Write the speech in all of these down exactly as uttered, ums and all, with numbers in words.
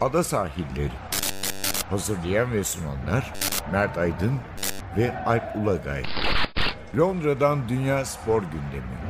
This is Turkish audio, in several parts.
Ada Sahilleri. Hazırlayan ve sunanlar Mert Aydın ve Alp Ulagay. Londra'dan Dünya Spor Gündemi.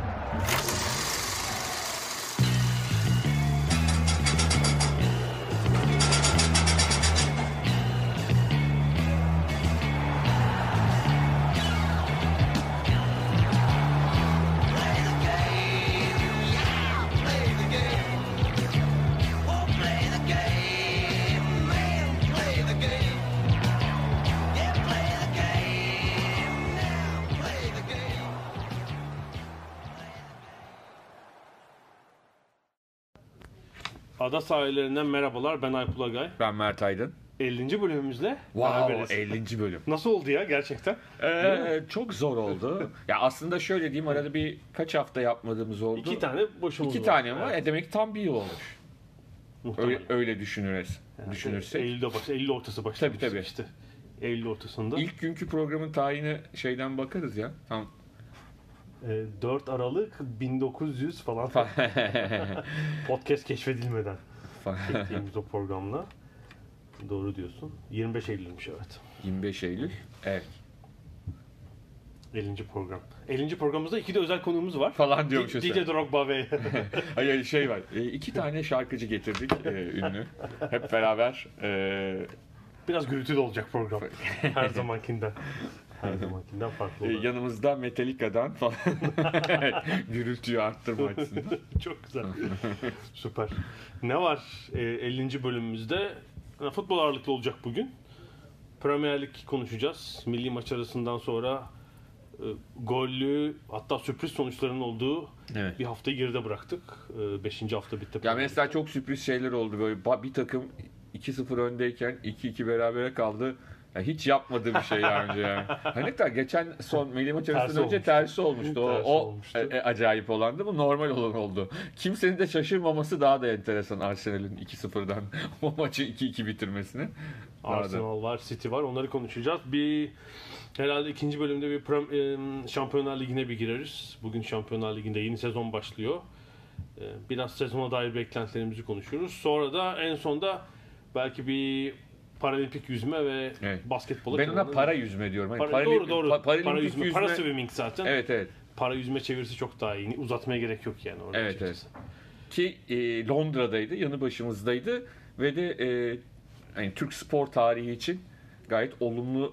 Ada sahillerinden merhabalar, ben Alp Ulagay. Ben Mert Aydın. ellinci bölümümüzle Wow, beraberiz. ellinci bölüm. Nasıl oldu ya gerçekten? Ee, çok zor oldu. Ya aslında şöyle diyeyim, arada bir kaç hafta yapmadığımız oldu. İki tane boşumuz İki var. tane var. Evet. E demek ki tam bir yıl olmuş. Öyle, öyle düşünürüz. Yani Düşünürsek. Eylül'de baş, Eylül ortası başlamıştık Tabii, tabii. işte. Eylül ortasında. İlk günkü programın tarihine şeyden bakarız ya. Tam. E, dört Aralık bin dokuz yüz falan. Podcast keşfedilmeden çektiğimiz o programla. Doğru diyorsun. yirmi beş Eylül'müş evet. yirmi beş Eylül. Evet. ellinci program. ellinci programımızda iki de özel konuğumuz var. Falan diyormuşuz. D J Drogba ve... Hayır şey var. E, iki tane şarkıcı getirdik e, ünlü. Hep beraber. E, Biraz gürültülü olacak program. Her zamankinden. Her zamankinden farklı e, olarak. yanımızda Metallica'dan falan. Gürültüyü arttırma açısından. Çok güzel. Süper. Ne var e, ellinci bölümümüzde? Futbol ağırlıklı olacak bugün. Premier Lig konuşacağız. Milli maç arasından sonra e, gollü, hatta sürpriz sonuçlarının olduğu Evet. bir haftayı geride bıraktık. E, beşinci hafta bitti. Ya mesela çok sürpriz şeyler oldu, böyle bir takım iki sıfır öndeyken iki iki berabere kaldı. Ya hiç yapmadığı bir şey daha önce yani. Hani hatta geçen son milli maç Tersi arasından önce olmuştu. tersi olmuştu. O, Tersi o olmuştu. e, e, acayip olandı. Bu normal olan oldu. Kimsenin de şaşırmaması daha da enteresan, Arsenal'in iki sıfırdan o maçı iki iki bitirmesini. Daha da- Arsenal var, City var. Onları konuşacağız. Bir herhalde ikinci bölümde bir Prem- e, Şampiyonlar Ligi'ne bir gireriz. Bugün Şampiyonlar Ligi'nde yeni sezon başlıyor. E, Biraz sezona dair beklentilerimizi konuşuyoruz. Sonra da en sonda belki bir paralimpik yüzme ve Evet. basketbola. Ben ona para yüzme diyorum. Hani Para, paralim- doğru doğru. pa- para paralimpik yüzme, yüzme- para swimming zaten. Evet evet. Para yüzme çevirisi çok daha iyi. Uzatmaya gerek yok yani orada. Evet, açıkçası. Ki e, Londra'daydı, yanı başımızdaydı ve de e, hani Türk spor tarihi için gayet olumlu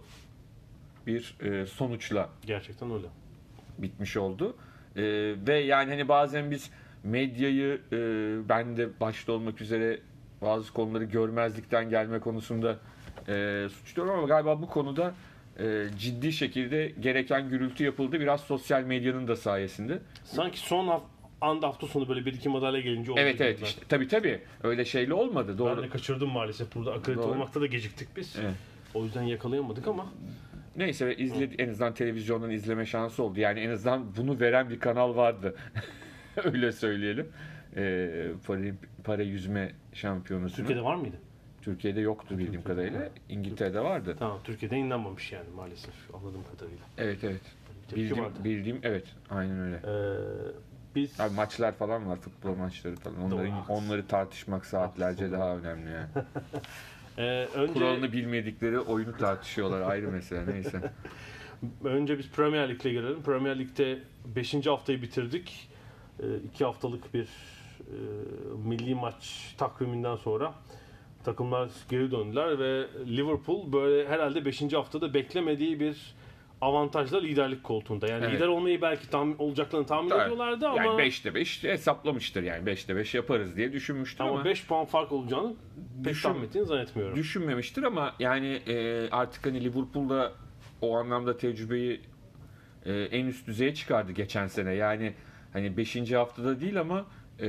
bir e, sonuçla Gerçekten öyle. bitmiş oldu. E, ve yani hani bazen biz medyayı, e, ben de başta olmak üzere bazı konuları görmezlikten gelme konusunda e, suçluyorum ama galiba bu konuda e, ciddi şekilde gereken gürültü yapıldı. Biraz sosyal medyanın da sayesinde. Sanki son haf- anda hafta sonu böyle bir iki madalya gelince oldu. Evet evet zaten. işte tabii tabii öyle şeyle olmadı, doğru. Ben de kaçırdım maalesef. Burada akredite Doğru. olmakta da geciktik biz. Evet. O yüzden yakalayamadık ama Neyse, izledi, en azından televizyondan izleme şansı oldu. Yani en azından bunu veren bir kanal vardı. Öyle söyleyelim. Ee, para, para yüzme şampiyonasını. Türkiye'de var mıydı? Türkiye'de yoktu bildiğim kadarıyla. İngiltere'de vardı. Tamam, Türkiye'de inanmamış yani maalesef anladığım kadarıyla. Evet evet. Tepki Bildiğim, vardı. bildiğim evet. Aynen öyle. Ee, biz Abi maçlar falan var, futbol maçları falan. Onları, Doğru, haklısın. onları tartışmak saatlerce Haklısın. daha önemli yani. Ee, önce Kuralını bilmedikleri oyunu tartışıyorlar, ayrı mesele, neyse. önce biz Premier Lig'le girelim. Premier Lig'de beşinci haftayı bitirdik. Ee, iki haftalık bir e, milli maç takviminden sonra takımlar geri döndüler ve Liverpool böyle herhalde beşinci haftada beklemediği bir avantajla liderlik koltuğunda. Yani Evet. lider olmayı belki tam olacaklarını tahmin Tabii. ediyorlardı ama Yani beşte beş hesaplamıştır yani. beşte beş yaparız diye düşünmüştür ama, ama beş puan fark olacağını pek Düşün- tahmin ettiğini zannetmiyorum. düşünmemiştir ama yani e, artık hani Liverpool'da o anlamda tecrübeyi e, en üst düzeye çıkardı geçen sene. Yani hani beşinci haftada değil ama e,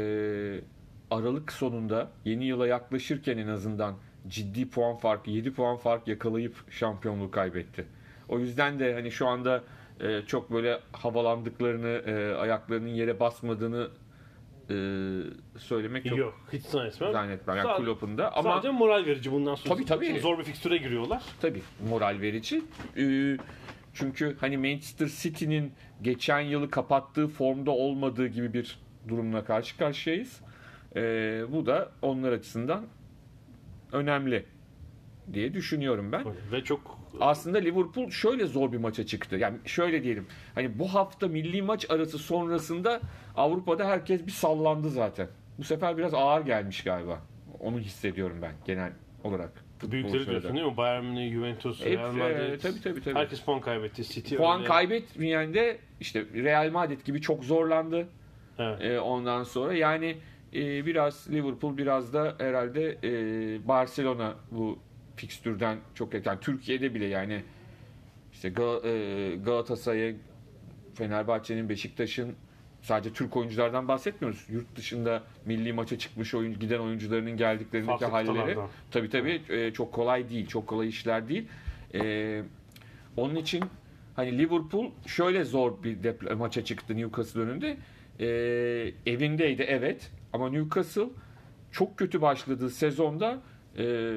Aralık sonunda yeni yıla yaklaşırken en azından ciddi puan farkı, yedi puan fark yakalayıp şampiyonluğu kaybetti. O yüzden de hani şu anda e, çok böyle havalandıklarını, e, ayaklarının yere basmadığını e, söylemek çok Yok, hiç zannetmem. zannetmem. Yani Sadece- Klopp'un da ama Sadece moral verici bundan sonra. Tabii, tabii. Şimdi zor bir fikstüre giriyorlar. tabii moral verici. Ee, çünkü hani Manchester City'nin geçen yılı kapattığı formda olmadığı gibi bir durumla karşı karşıyayız. Ee, bu da onlar açısından önemli diye düşünüyorum ben. Ve çok Aslında Liverpool şöyle zor bir maça çıktı. Yani şöyle diyelim. Hani bu hafta milli maç arası sonrasında Avrupa'da herkes bir sallandı zaten. Bu sefer biraz ağır gelmiş galiba. Onu hissediyorum ben genel olarak. büyükleri diyorsun değil mi? Bayern Münih, Juventus, Hep, Real Madrid. e, tabii tabii tabii. Herkes puan kaybetti. City Puan öyle. kaybetmeyen de işte Real Madrid gibi çok zorlandı. Evet. E, ondan sonra yani e, biraz Liverpool biraz da herhalde e, Barcelona bu fikstürden çok yani Türkiye'de bile yani işte Ga- e, Galatasaray'a, Fenerbahçe'nin, Beşiktaş'ın sadece Türk oyunculardan bahsetmiyoruz. Yurt dışında milli maça çıkmış oyuncu, giden oyuncularının geldiklerindeki Farklı halleri kıtalardan. tabii tabii e, çok kolay değil. Çok kolay işler değil. E, onun için hani Liverpool şöyle zor bir depla- maça çıktı Newcastle önünde. E, evindeydi evet ama Newcastle çok kötü başladığı sezonda e,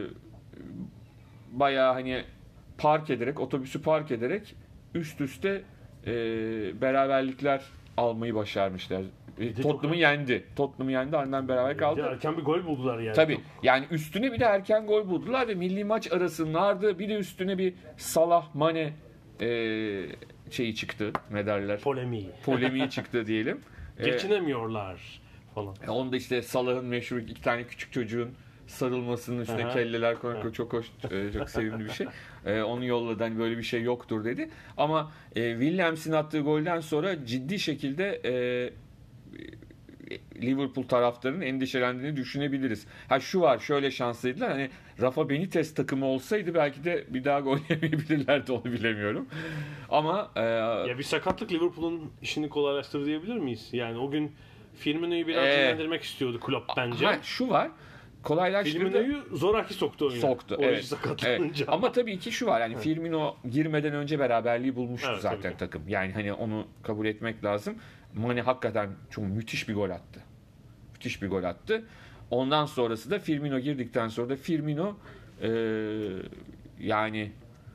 bayağı hani park ederek, otobüsü park ederek üst üste e, beraberlikler almayı başarmışlar. E, de Tottenham'ı çok- yendi. Tottenham'ı yendi, ardından beraber Bir de kaldı. erken bir gol buldular yani. Tabii. Yani üstüne bir de erken gol buldular ve milli maç arasının ardı bir de üstüne bir Salah, Mane e, şeyi çıktı. Ne derler? Polemiği. Polemiği çıktı diyelim. E, Geçinemiyorlar falan. Onda işte Salah'ın meşhur iki tane küçük çocuğun sarılmasının üstüne Aha. kelleler koymak çok hoş, e, çok sevimli bir şey. E, onu yolladı hani böyle bir şey yoktur dedi. Ama e, Williams'in attığı golden sonra ciddi şekilde e, Liverpool taraftarının endişelendiğini düşünebiliriz. Ha şu var, şöyle şanslıydılar. Hani Rafa Benitez takımı olsaydı belki de bir daha gol yemeyebilirlerdi, onu bilemiyorum. Ama e, Ya bir sakatlık Liverpool'un işini kolaylaştırdı diyebilir miyiz? Yani o gün Firmino'yu biraz Ee, dinlendirmek istiyordu Klopp bence. ha, şu var. Kolaylaştırdı. Firmino'yu zoraki soktu oyuna. Soktu. O Evet. işi sakatlanınca. Evet. Ama tabii ki şu var. Yani Firmino girmeden önce beraberliği bulmuştu Evet, zaten tabii ki. takım. Yani hani onu kabul etmek lazım. Mane hakikaten çok müthiş bir gol attı. Müthiş bir gol attı. Ondan sonrası da Firmino girdikten sonra da Firmino e, yani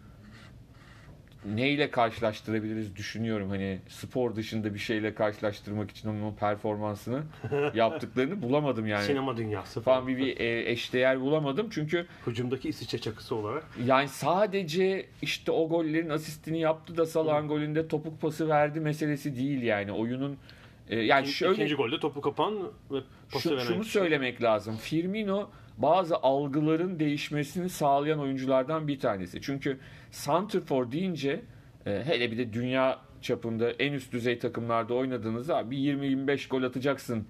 neyle karşılaştırabiliriz düşünüyorum. Hani spor dışında bir şeyle karşılaştırmak için onun o performansını yaptıklarını bulamadım yani. Sinema dünyası Falan falan. bir, bir e, eşdeğer bulamadım. Çünkü Hücumdaki İsviçre çakısı olarak. yani sadece işte o gollerin asistini yaptı da Salah'ın golünde topuk pası verdi meselesi değil yani. Oyunun e, yani İkinci, şöyle ikinci golde topu kapan ve pası şu- veren şunu kişi. söylemek lazım. Firmino bazı algıların değişmesini sağlayan oyunculardan bir tanesi. Çünkü santrfor deyince e, hele bir de dünya çapında en üst düzey takımlarda oynadığınızda bir yirmi yirmi beş gol atacaksın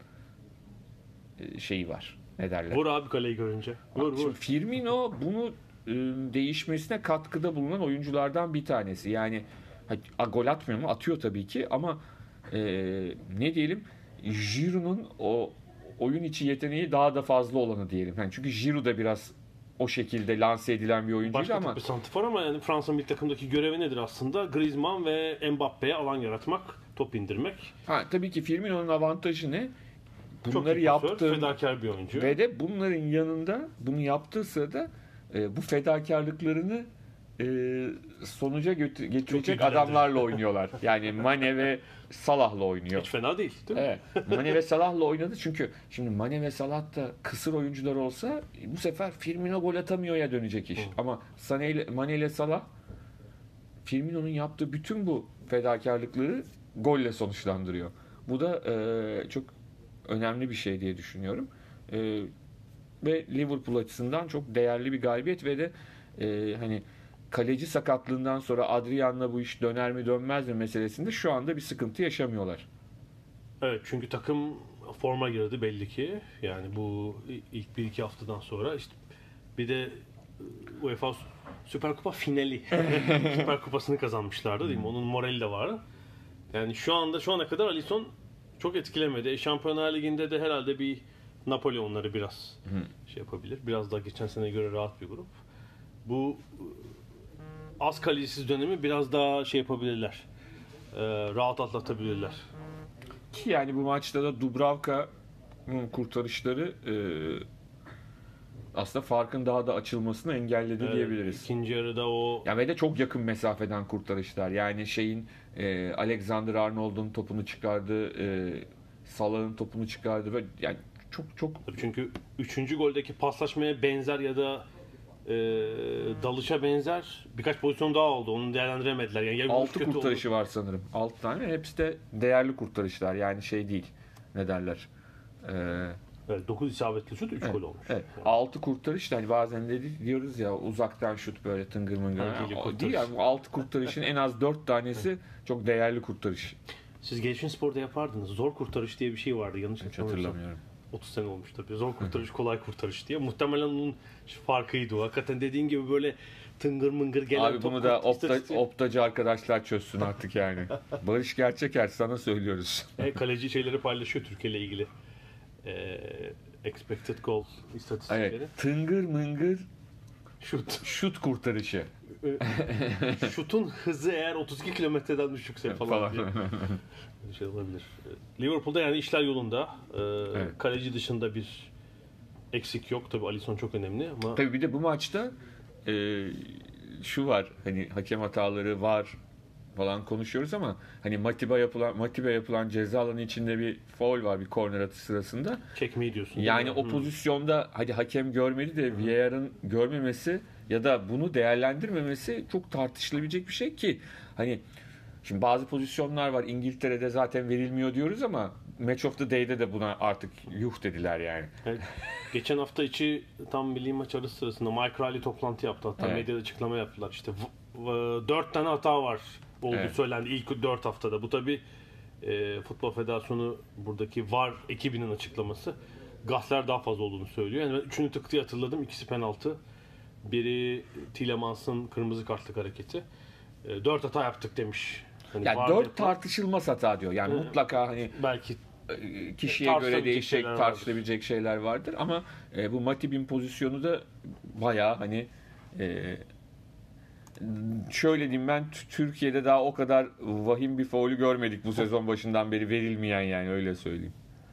e, şeyi var. Ne derler? Vur abi kaleyi görünce. Vur Şimdi vur. Firmino bunu e, değişmesine katkıda bulunan oyunculardan bir tanesi. Yani ha, a, gol atmıyor mu? Atıyor tabii ki ama e, ne diyelim Giroud'un o oyun içi yeteneği daha da fazla olanı diyelim. Yani çünkü Giroud da biraz o şekilde lanse edilen bir oyuncuydu Başka ama tip bir santrfor ama yani Fransa milli takımdaki görevi nedir aslında? Griezmann ve Mbappe'ye alan yaratmak, top indirmek. ha, tabii ki Firmino'nun avantajı ne? Çok Bunları iyi pasör, yaptığı fedakar bir oyuncu. ve de bunların yanında bunu yaptığı sırada e, bu fedakarlıklarını e, sonuca götü- getirecek Çok iyi adamlarla oynuyorlar. Yani Mane ve Salah'la oynuyor. Hiç fena değil, değil mi? Evet. Mane ve Salah'la oynadı çünkü şimdi Mane ve Salah da kısır oyuncular olsa bu sefer Firmino gol atamıyor ya dönecek iş. Hı. Ama Sané ile, Mane ile Salah Firmino'nun yaptığı bütün bu fedakarlıkları golle sonuçlandırıyor. Bu da e, çok önemli bir şey diye düşünüyorum. E, ve Liverpool açısından çok değerli bir galibiyet ve de e, hani kaleci sakatlığından sonra Adrian'la bu iş döner mi dönmez mi meselesinde şu anda bir sıkıntı yaşamıyorlar. Evet, çünkü takım forma girdi belli ki. Yani bu ilk bir iki haftadan sonra işte bir de UEFA Süper Kupa finali. Süper Kupası'nı kazanmışlardı değil mi? Onun morali de var. Yani şu anda şu ana kadar Alisson çok etkilemedi. E, Şampiyonlar Ligi'nde de herhalde bir Napoli onları biraz şey yapabilir. Biraz daha geçen seneye göre rahat bir grup. Bu az kalecisiz dönemi biraz daha şey yapabilirler. E, rahat atlatabilirler. Ki yani bu maçta da Dubravka'nın kurtarışları e, aslında farkın daha da açılmasını engelledi Evet, diyebiliriz. İkinci yarıda o Ya ve de çok yakın mesafeden kurtarışlar. Yani şeyin e, Alexander Arnold'un topunu çıkardı, e, Salah'ın topunu çıkardı ve yani çok çok Tabii çünkü üçüncü goldeki paslaşmaya benzer ya da e, dalışa benzer birkaç pozisyon daha oldu. Onu değerlendiremediler. Yani ya altı kötü kurtarışı oldu. var sanırım. altı tane. Hepsi de değerli kurtarışlar. Yani şey değil. Ne derler? Ee, Evet, dokuz isabetli şut, üç evet, gol olmuş. evet. altı kurtarış da hani bazen de diyoruz ya uzaktan şut böyle tıngır mıngır. Ha, geliyor O kurtarış. değil yani bu altı kurtarışın en az dört tanesi çok değerli kurtarış. Siz Gelişim Spor'da yapardınız. Zor kurtarış diye bir şey vardı. Yanlış Hiç hatırlamıyorsam. hatırlamıyorum. otuz sene olmuş tabii. Zor kurtarış, kolay kurtarış diye. Muhtemelen onun farkıydı o. Hakikaten dediğin gibi böyle tıngır mıngır gelen Abi top bunu da kurt- opta, istatistiği- optacı arkadaşlar çözsün artık yani. Barış Gerçeker sana söylüyoruz. E, kaleci şeyleri paylaşıyor Türkiye ile ilgili. E, expected goal istatistikleri. Evet. Tıngır mıngır Şut. şut kurtarışı E, şutun hızı eğer otuz iki kilometreden düşükse falan, falan. diye bir şey olabilir. E, Liverpool'da yani işler yolunda. E, Evet. Kaleci dışında bir eksik yok. Tabii Alisson çok önemli ama Tabii bir de bu maçta e, şu var hani hakem hataları var falan konuşuyoruz ama hani Matip'e yapılan Matip'e yapılan ceza alanı içinde bir faul var bir korner atışı sırasında. çekmeyi diyorsun. değil Yani mi? o Hı. pozisyonda hadi hakem görmedi de V R'ın görmemesi ya da bunu değerlendirmemesi çok tartışılabilecek bir şey ki hani şimdi bazı pozisyonlar var İngiltere'de zaten verilmiyor diyoruz ama Match of the Day'de de buna artık yuh dediler yani. Evet. Geçen hafta içi tam milli maç arası sırasında Mike Riley toplantı yaptı. Hatta Evet. medyada açıklama yaptılar. İşte v- v- dört tane hata var olduğu Evet. söylendi ilk dört haftada. Bu tabi e, Futbol Federasyonu buradaki V A R ekibinin açıklaması. Gahler daha fazla olduğunu söylüyor. Yani ben üçünü tık diye hatırladım. İkisi penaltı. Biri Tielemans'ın kırmızı kartlık hareketi. E, dört hata yaptık demiş. Hani Yani V A R'da dört yapılan- tartışılmaz hata diyor. Yani Evet. mutlaka hani belki e, kişiye göre Tartışılabilecek değişecek, şeyler vardır. tartışılabilecek şeyler vardır ama e, bu Matip'in pozisyonu da bayağı hani e, şöyle diyeyim ben T- Türkiye'de daha o kadar vahim bir faulü görmedik bu sezon başından beri verilmeyen yani öyle söyleyeyim.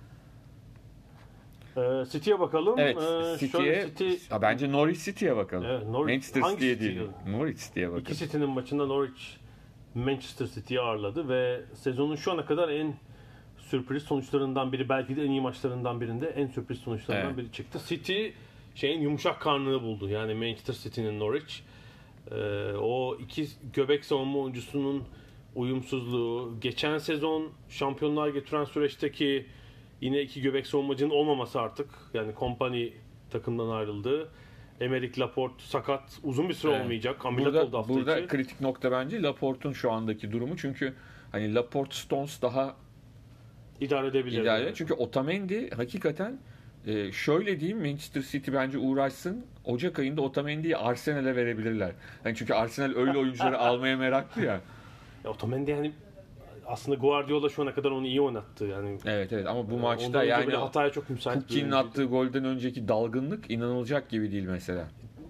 e, City'ye bakalım. Evet, E, City'ye şöyle City Ha, bence Norwich City'ye bakalım. Evet, Norwich- Manchester hangi City'ye City'ye? değil. Norwich City'ye bakalım. İki City'nin maçında Norwich Manchester City'yi ağırladı ve sezonun şu ana kadar en sürpriz sonuçlarından biri, belki de en iyi maçlarından birinde en sürpriz sonuçlarından Evet. biri çıktı. City şeyin yumuşak karnını buldu. Yani Manchester City'nin Norwich. Ee, o iki göbek savunma oyuncusunun uyumsuzluğu, geçen sezon şampiyonluğa götüren süreçteki yine iki göbek savunmacının olmaması artık. Yani Kompany takımdan ayrıldı. Emerick Laporte sakat, uzun bir süre Evet. olmayacak. Ameliyat oldu Burada, hafta burada içi. kritik nokta bence Laporte'un şu andaki durumu çünkü hani Laporte Stones daha İdare edebilir. İdare. yani. Çünkü Otamendi hakikaten e, şöyle diyeyim Manchester City bence uğraşsın. Ocak ayında Otamendi'yi Arsenal'e verebilirler. Yani çünkü Arsenal öyle oyuncuları almaya meraklı ya. Ya Otamendi yani aslında Guardiola şu ana kadar onu iyi oynattı yani. Evet evet ama bu Ondan maçta önce yani böyle hataya çok müsait bir Pukki'nin oyuncuydu. attığı golden önceki dalgınlık inanılacak gibi değil mesela.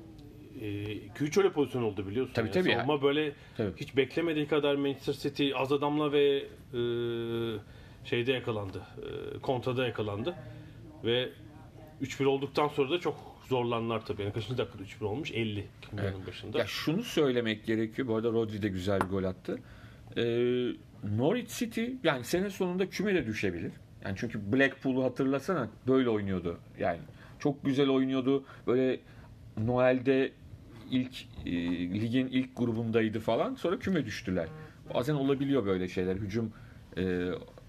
iki üç öyle pozisyon oldu biliyorsun. Tabii, yani. tabii. Savunma böyle Tabii. hiç beklemediği kadar Manchester City az adamla ve e, şeyde yakalandı. E, kontrada yakalandı. Ve üç bir olduktan sonra da çok zorlandılar tabii. Yani kaçıncı dakikada üç bir olmuş? elli Evet. başında. Ya şunu söylemek gerekiyor. Bu arada Rodri de güzel bir gol attı. Ee, Norwich City yani sene sonunda küme de düşebilir. Yani çünkü Blackpool'u hatırlasana böyle oynuyordu. Yani çok güzel oynuyordu. Böyle Noel'de ilk e, ligin ilk grubundaydı falan. Sonra küme düştüler. Bazen olabiliyor böyle şeyler. Hücum e,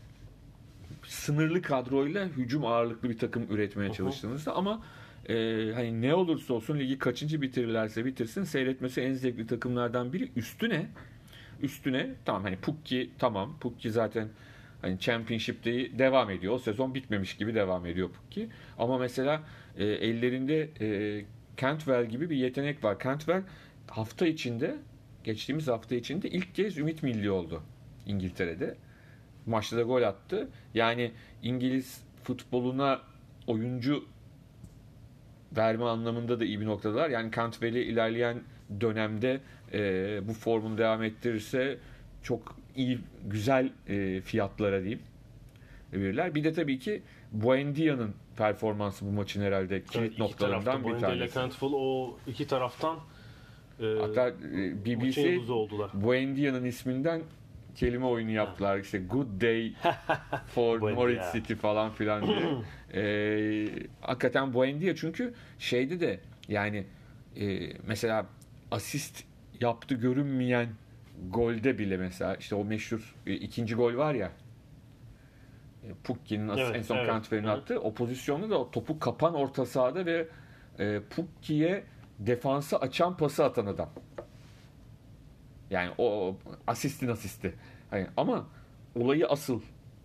sınırlı kadroyla hücum ağırlıklı bir takım üretmeye çalıştığınızda ama e, hani ne olursa olsun ligi kaçıncı bitirirlerse bitirsin seyretmesi en zevkli takımlardan biri. Üstüne üstüne tamam hani Pukki tamam Pukki zaten hani Championship'te devam ediyor. O sezon bitmemiş gibi devam ediyor Pukki. Ama mesela e, ellerinde e, Cantwell gibi bir yetenek var. Cantwell hafta içinde geçtiğimiz hafta içinde ilk kez Ümit Milli oldu İngiltere'de. Maçta da gol attı. Yani İngiliz futboluna oyuncu verme anlamında da iyi bir noktadalar. Yani Cantwell'i ilerleyen dönemde e, bu formunu devam ettirirse çok iyi, güzel e, fiyatlara diyeyim verirler. Bir de tabii ki Buendia'nın performansı bu maçın herhalde kilit Yani iki noktalarından tarafta bir Buendia ile tanesi. Cantwell o iki taraftan e, Hatta e, B B maçın C yıldızı oldular. Buendia'nın isminden kelime oyunu yaptılar. İşte good day for Norwich City falan filan diye. Ee, hakikaten Buendia çünkü şeydi de yani e, mesela asist yaptı görünmeyen golde bile mesela işte o meşhur e, ikinci gol var ya e, Pukki'nin evet, en son evet, transferini evet. attı. O pozisyonda da o topu kapan orta sahada ve e, Pukki'ye defansı açan pası atan adam. Yani o, o asistin asisti. Yani ama olayı asıl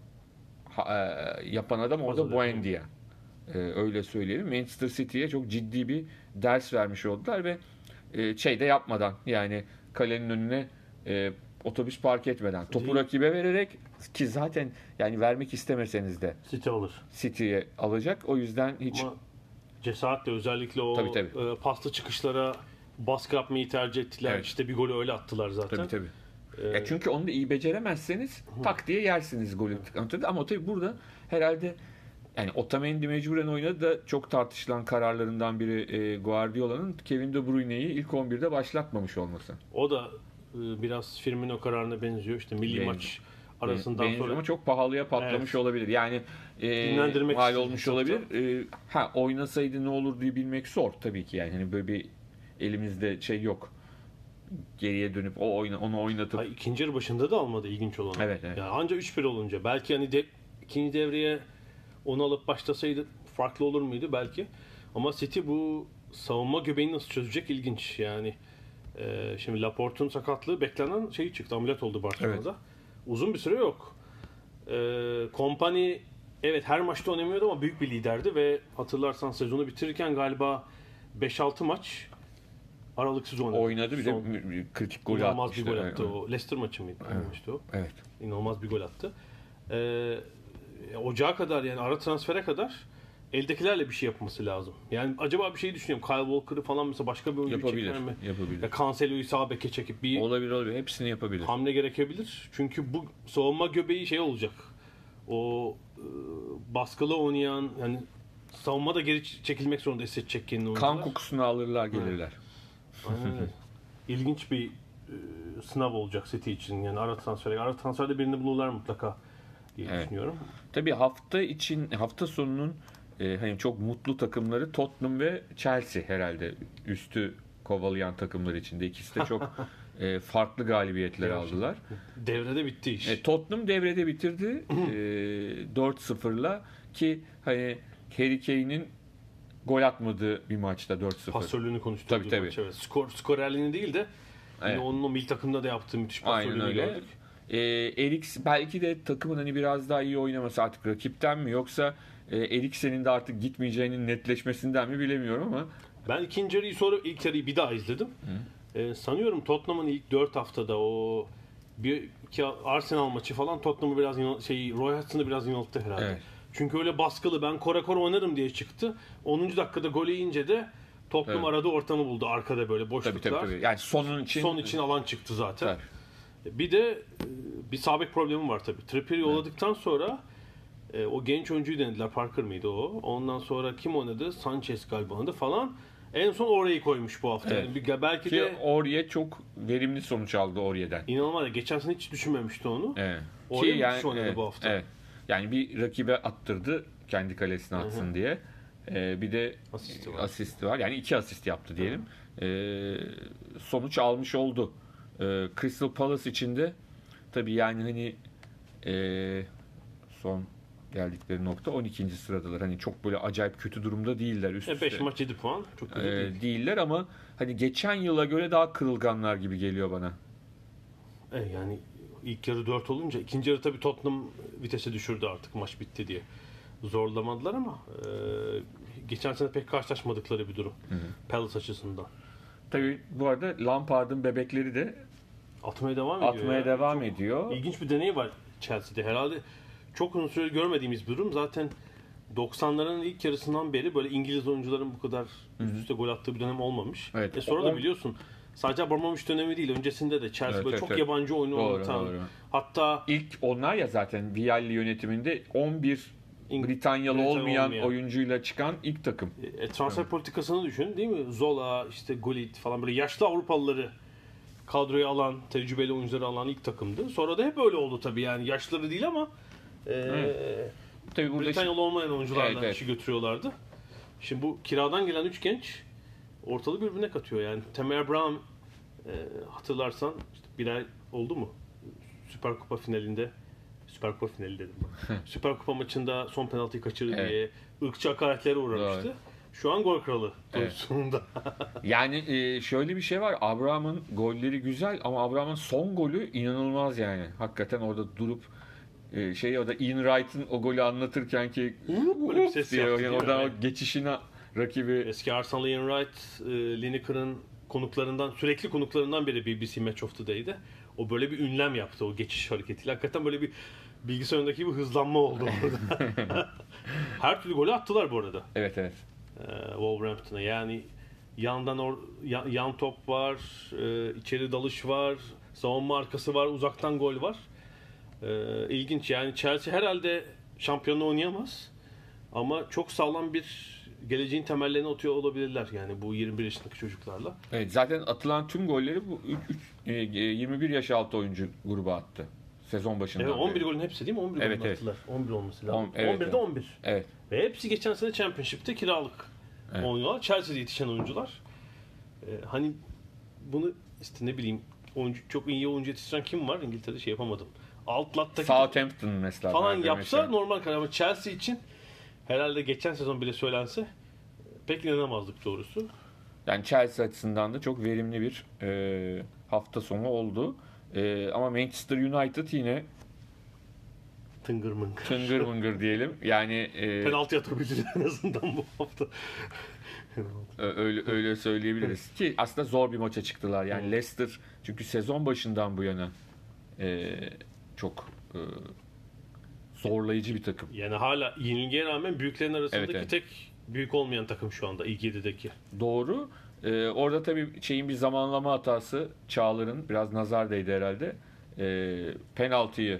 ha, e, yapan adam orada Hazır Buendia. E, öyle söyleyelim. Manchester City'ye çok ciddi bir ders vermiş oldular ve e, şey de yapmadan yani kalenin önüne e, otobüs park etmeden topu Değil. rakibe vererek ki zaten yani vermek istemeseniz de City alır. City'ye alacak. O yüzden hiç Ama cesaretle özellikle o Tabii, tabii. E, pasta çıkışlara baskı yapmayı tercih ettiler. Evet. İşte bir golü öyle attılar zaten. tabii tabii. Ee, Ya çünkü onu da iyi beceremezseniz tak diye yersiniz golü. Ama tabii burada herhalde yani Otamendi mecburen oynadı da çok tartışılan kararlarından biri e, Guardiola'nın Kevin De Bruyne'yi ilk on birde başlatmamış olması. O da e, biraz Firmino kararına benziyor. İşte milli Benziyor. maç arasından Benziyor sonra ama çok pahalıya patlamış Evet. olabilir. Yani e, Dinlendirmek mal istedi olmuş çok da. olabilir. E, ha oynasaydı ne olur diye bilmek zor tabii ki yani. Hani böyle bir elimizde şey yok. Geriye dönüp o oyna onu oynatıp Ay, ikinci yarı başında da almadı ilginç olan. Evet, evet. Yani anca üç bir olunca belki hani de, ikinci devreye onu alıp başlasaydı farklı olur muydu belki. Ama City bu savunma göbeğini nasıl çözecek ilginç. Yani e, şimdi Laporte'un sakatlığı beklenen şeyi çıktı. Ameliyat oldu Barcelona'da. Uzun bir süre yok. E, Kompany evet her maçta oynamıyordu ama büyük bir liderdi ve hatırlarsan sezonu bitirirken galiba beş altı maç aralıksız oynadı. oynadı bir de Son- mü- mü- kritik gol İnanılmaz atmıştı. bir gol attı. Evet. O Leicester maçı mıydı? Evet. İşte o. Evet. İnanılmaz bir gol attı. Ee, Ocağa kadar yani ara transfere kadar eldekilerle bir şey yapması lazım. Yani acaba bir şey düşünüyorum. Kyle Walker'ı falan mesela başka bir oyuncu Yapabilir. çeker mi? Yapabilir. Ya Cancelo'yu sağ beke çekip bir Olabilir olabilir. Hepsini yapabilir. hamle gerekebilir. Çünkü bu savunma göbeği şey olacak. O e, baskılı oynayan yani savunmada geri çekilmek zorunda hissedecek kendini oyuncular. Kan kokusunu alırlar gelirler. Aynen öyle. İlginç bir e, sınav olacak City için. Yani ara transfere. Ara transferde birini bulurlar mutlaka diye Evet. düşünüyorum. Tabii hafta için hafta sonunun e, hani çok mutlu takımları Tottenham ve Chelsea herhalde üstü kovalayan takımlar içinde. İkisi de çok e, farklı galibiyetler Evet. aldılar. Devrede bitti iş. E, Tottenham devrede bitirdi e, dört sıfırla ki hani Harry Kane'in gol atmadığı bir maçta dört sıfır. Pasörlüğünü konuştuk. Tabii, tabii. Maç, evet. Skor, skorerliğini değil de Evet. yine onun o milli takımda da yaptığı müthiş Aynen pasörlüğünü öyle. gördük. E, Eriks belki de takımın hani biraz daha iyi oynaması artık rakipten mi yoksa e, Eriksen'in de artık gitmeyeceğinin netleşmesinden mi bilemiyorum ama Ben ikinci yarıyı sonra ilk yarıyı bir daha izledim. Ee, sanıyorum Tottenham'ın ilk dört haftada o bir iki Arsenal maçı falan Tottenham'ı biraz yanıl- şey Roy Hodgson'ı biraz yanılttı herhalde. Evet. Çünkü öyle baskılı ben kora kora oynarım diye çıktı. onuncu dakikada golü yiyince de Tottenham Evet. arada ortamı buldu arkada böyle tabii boşluklar. tabii tabii. Yani sonun için Son için alan çıktı zaten. Tabii. Bir de e, bir sağ bek problemi var tabii. Trippier'i yolladıktan sonra e, o genç oyuncuyu denediler. Parker mıydı o? Ondan sonra kim oynadı? Sanchez galiba oynadı falan. En son orayı koymuş bu hafta. Evet. Yani bir- belki Ki de Aurier çok verimli sonuç aldı Aurier'den. inanılmaz. Geçen sene hiç düşünmemişti onu. Evet. Aurier Ki müthiş oynadı evet, bu hafta. Evet. Yani bir rakibe attırdı kendi kalesine atsın diye. Ee, bir de Asisti var. asisti var. Yani iki asist yaptı diyelim. Ee, sonuç almış oldu. Ee, Crystal Palace için de tabii yani hani ee, son geldikleri nokta on ikinci sıradalar. Hani çok böyle acayip kötü durumda değiller üst üste. beş maç yedi puan. Çok kötü Ee, değil. değiller ama hani geçen yıla göre daha kırılganlar gibi geliyor bana. E, yani ilk yarı dört olunca ikinci yarı tabii Tottenham vitese düşürdü artık maç bitti diye. Zorlamadılar ama e, geçen sene pek karşılaşmadıkları bir durum. Palace açısından. Tabii bu arada Lampard'ın bebekleri de Atmaya devam ediyor. atmaya ya. devam Çok ediyor. İlginç bir deney var Chelsea'de. Herhalde çok uzun süre görmediğimiz bir durum. Zaten doksanların ilk yarısından beri böyle İngiliz oyuncuların bu kadar üst üste gol attığı bir dönem olmamış. Evet. E sonra da On- biliyorsun sadece Abramovich dönemi değil. Öncesinde de Chelsea Evet, böyle evet, çok evet. yabancı oyunu Doğru, oynatan. doğru. Hatta İlk onlar ya zaten Vialli yönetiminde on bir İng- Britanyalı Britanyalı olmayan, olmayan. oyuncuyla çıkan ilk takım. e, transfer politikasını düşün değil mi? Zola, işte Gullit falan böyle yaşlı Avrupalıları kadroya alan, tecrübeli oyuncuları alan ilk takımdı. Sonra da hep öyle oldu tabii yani yaşları değil ama e, Evet. Tabii burada Britanyalı olmayan oyuncularla Evet, evet. işi götürüyorlardı. Şimdi bu kiradan gelen üç genç ortalığı birbirine katıyor yani. Tamer Brown e, hatırlarsan işte bir ay oldu mu? Süper Kupa finalinde Süper Kupa finali dedim. Süper Kupa maçında son penaltıyı kaçırdı Evet. diye ırkçı hakaretlere uğramıştı. Doğru. Şu an gol kralı Evet. pozisyonunda. Yani e, şöyle bir şey var. Abraham'ın golleri güzel ama Abraham'ın son golü inanılmaz yani. Hakikaten orada durup e, şey o da Ian Wright'ın o golü anlatırken ki Böyle bir ses diye yaptı, yani değil mi? oradan Evet. o geçişine rakibi Eski Arsenal Ian Wright, e, Lineker'ın konuklarından, sürekli konuklarından biri B B C Match of the Day'de. O böyle bir ünlem yaptı o geçiş hareketiyle. Hakikaten böyle bir bilgisayarındaki bir hızlanma oldu orada. Her türlü golü attılar bu arada. evet evet. e, Wolverhampton'a. Yani yandan or, ya- yan top var, e, içeri dalış var, savunma arkası var, uzaktan gol var. E, ilginç yani Chelsea herhalde şampiyonluğu oynayamaz ama çok sağlam bir geleceğin temellerini atıyor olabilirler yani bu yirmi bir yaşındaki çocuklarla. Evet, zaten atılan tüm golleri bu üç- üç- e, yirmi bir yaş altı oyuncu gruba attı. Sezon başından Evet, on bir beri. golün hepsi değil mi? on bir Evet, golün evet. attılar. on bir olması lazım. On- evet, on birde evet. on bir. Evet. Ve hepsi geçen sene Championship'te kiralık Evet. oynuyorlar. Chelsea'de yetişen oyuncular. Ee, hani bunu işte ne bileyim oyuncu, çok iyi oyuncu yetiştiren kim var? İngiltere'de şey yapamadım. Altlattaki Southampton mesela. falan Nerede yapsa mesela. normal karar ama Chelsea için herhalde geçen sezon bile söylense pek inanamazdık doğrusu. Yani Chelsea açısından da çok verimli bir e, hafta sonu oldu. E, ama Manchester United yine Tıngır mıngır. tıngır mıngır diyelim. Yani e, Penaltı atabildi en azından bu hafta. Ö- Öyle, öyle söyleyebiliriz ki aslında zor bir maça çıktılar. Yani Evet. Leicester çünkü sezon başından bu yana e, çok e, zorlayıcı bir takım. Yani hala yenilgiye rağmen büyüklerin arasındaki Evet, evet. tek büyük olmayan takım şu anda ilk yedideki. Doğru. E, orada tabii şeyin bir zamanlama hatası Çağlar'ın biraz nazar değdi herhalde. E, penaltıyı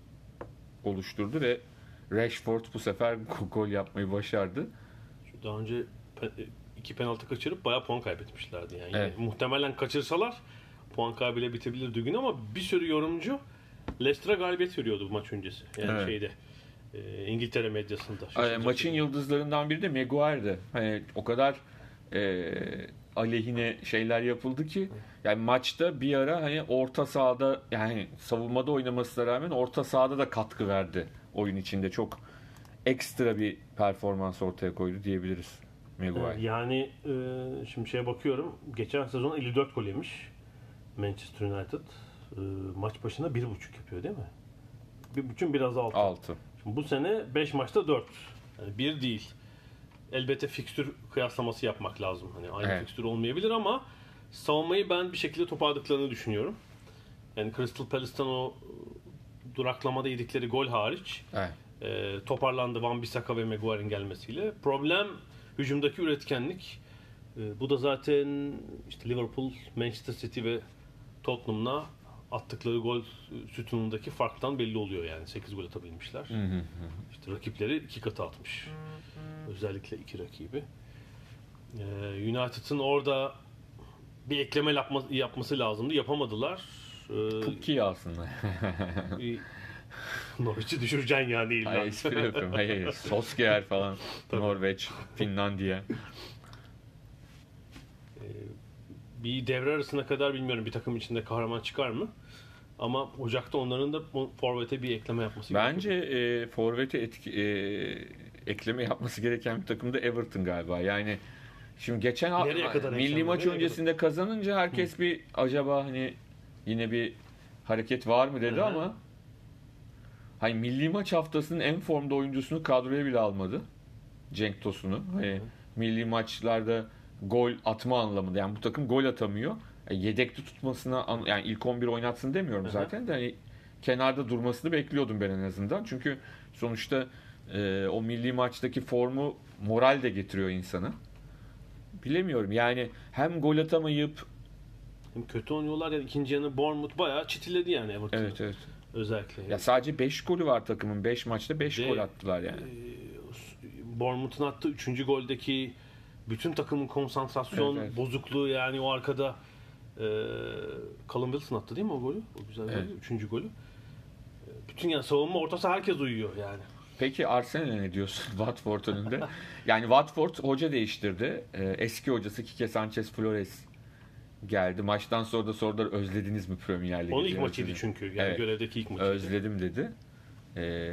oluşturdu ve Rashford bu sefer gol yapmayı başardı. Daha önce pe- iki penaltı kaçırıp bayağı puan kaybetmişlerdi yani. Evet. Yani muhtemelen kaçırsalar puan kaybıyla bitebilirdi gün ama bir sürü yorumcu Leicester'a galibiyet veriyordu bu maç öncesi. Yani Evet. şeyde e, İngiltere medyasında. E, Şaşırtıcı. maçın yıldızlarından biri de Maguire'dı. Hani o kadar e, aleyhine şeyler yapıldı ki yani maçta bir ara hani orta sahada yani savunmada oynamasına rağmen orta sahada da katkı verdi oyun içinde. Çok ekstra bir performans ortaya koydu diyebiliriz Maguire. Evet, yani e, şimdi şeye bakıyorum. Geçen sezon elli dört gol yemiş Manchester United. E, maç başına bir buçuk yapıyor değil mi? Bir buçuk biraz altı. altı. Şimdi bu sene beş maçta dört. Yani bir değil. Elbette fikstür kıyaslaması yapmak lazım. Hani aynı Evet. fikstür olmayabilir ama savunmayı ben bir şekilde toparladıklarını düşünüyorum. Yani Crystal Palace'tan o duraklamada yedikleri gol hariç Evet. e, toparlandı Wan-Bissaka ve Maguire'in gelmesiyle. Problem hücumdaki üretkenlik. E, bu da zaten işte Liverpool, Manchester City ve Tottenham'la attıkları gol sütunundaki farktan belli oluyor yani. sekiz gol atabilmişler. Hı hı. İşte rakipleri iki katı atmış. Özellikle iki rakibi. Ee, United'ın orada bir ekleme yapma, yapması lazımdı. Yapamadılar. Ee, Pukki aslında. bir- Norwich'i düşüreceksin yani illa. Hayır espri yapıyorum. Hayır hayır. Solskjaer falan. Tabii. Norveç, Finlandiya. Ee, bir devre arasına kadar bilmiyorum bir takım içinde kahraman çıkar mı? Ama Ocak'ta onların da o forvete bir ekleme yapması Bence e, forvete etki, e, ekleme yapması gereken bir takım da Everton galiba. Yani şimdi geçen ha- Nereye kadar milli ekleme, maç nereye öncesinde kazanınca herkes bir acaba hani yine bir hareket var mı dedi Hı hı. ama hani milli maç haftasının en formda oyuncusunu kadroya bile almadı. Cenk Tosun'u. Hani milli maçlarda gol atma anlamında. Yani bu takım gol atamıyor. Yani yedekte tutmasına an- yani ilk on bir oynatsın demiyorum Hı hı. zaten de hani kenarda durmasını bekliyordum ben en azından. Çünkü sonuçta e, o milli maçtaki formu moral de getiriyor insana. Bilemiyorum. Yani hem gol atamayıp Hem kötü oynuyorlar ya ikinci yanı Bournemouth bayağı çitiledi yani Everton'ı. evet evet. Özellikle. Ya sadece beş golü var takımın. beş maçta beş De- gol attılar yani. Ee, Bournemouth'un attığı üçüncü goldeki bütün takımın konsantrasyon Evet, evet. bozukluğu yani o arkada Ee, Callum Wilson attı değil mi o golü? O güzel Evet. golü. Üçüncü golü. Ee, Bütün yani savunma ortası herkes uyuyor yani. Peki Arsenal'e ne diyorsun Watford önünde? Yani Watford hoca değiştirdi. Ee, eski hocası Kike Sanchez Flores geldi. Maçtan sonra da sordular, özlediniz mi Premier Lig'i? Onun ilk diye. maçıydı çünkü. Yani Evet. görevdeki ilk maçıydı. Özledim dedi. Ee,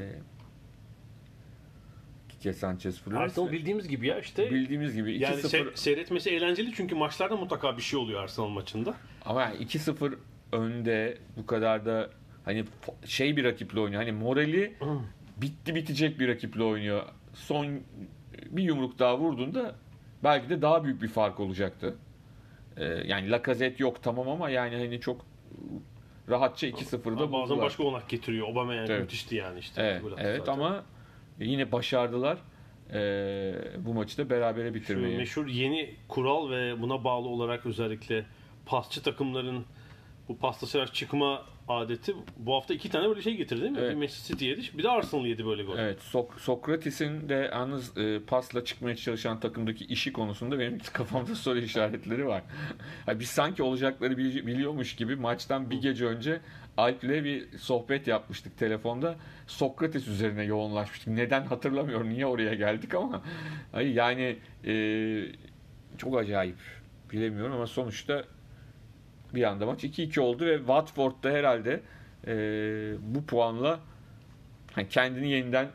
Kike Sanchez Flores. Arsenal bildiğimiz gibi ya işte. Bildiğimiz gibi iki Yani sıfır. se- seyretmesi eğlenceli çünkü maçlarda mutlaka bir şey oluyor Arsenal maçında. Ama yani iki sıfır önde bu kadar da hani şey bir rakiple oynuyor. Hani morali bitti bitecek bir rakiple oynuyor. Son bir yumruk daha vurduğunda belki de daha büyük bir fark olacaktı. Ee, yani Lacazette yok tamam ama yani hani çok rahatça iki sıfırda Bazen buldular. başka onak getiriyor. Aubameyang Evet. müthişti yani işte. Evet, Gol attı evet zaten. ama yine başardılar. Ee, bu maçı da berabere Şu bitirmeyi. meşhur yeni kural ve buna bağlı olarak özellikle pasçı takımların bu paslaşarak çıkma adeti bu hafta iki tane böyle şey getirdi değil mi? Evet. Bir Manchester City yedi, bir de Arsenal yedi böyle gol. Evet, Sok- Sokrates'in de yalnız e, pasla çıkmaya çalışan takımdaki işi konusunda benim kafamda soru işaretleri var. Yani biz sanki olacakları bili- biliyormuş gibi maçtan bir gece önce Alp'le bir sohbet yapmıştık telefonda. Sokrates üzerine yoğunlaşmıştık. Neden hatırlamıyorum, niye oraya geldik ama ay yani e, çok acayip. Bilemiyorum ama sonuçta bir anda maç iki iki oldu ve Watford'da herhalde e, bu puanla hani kendini yeniden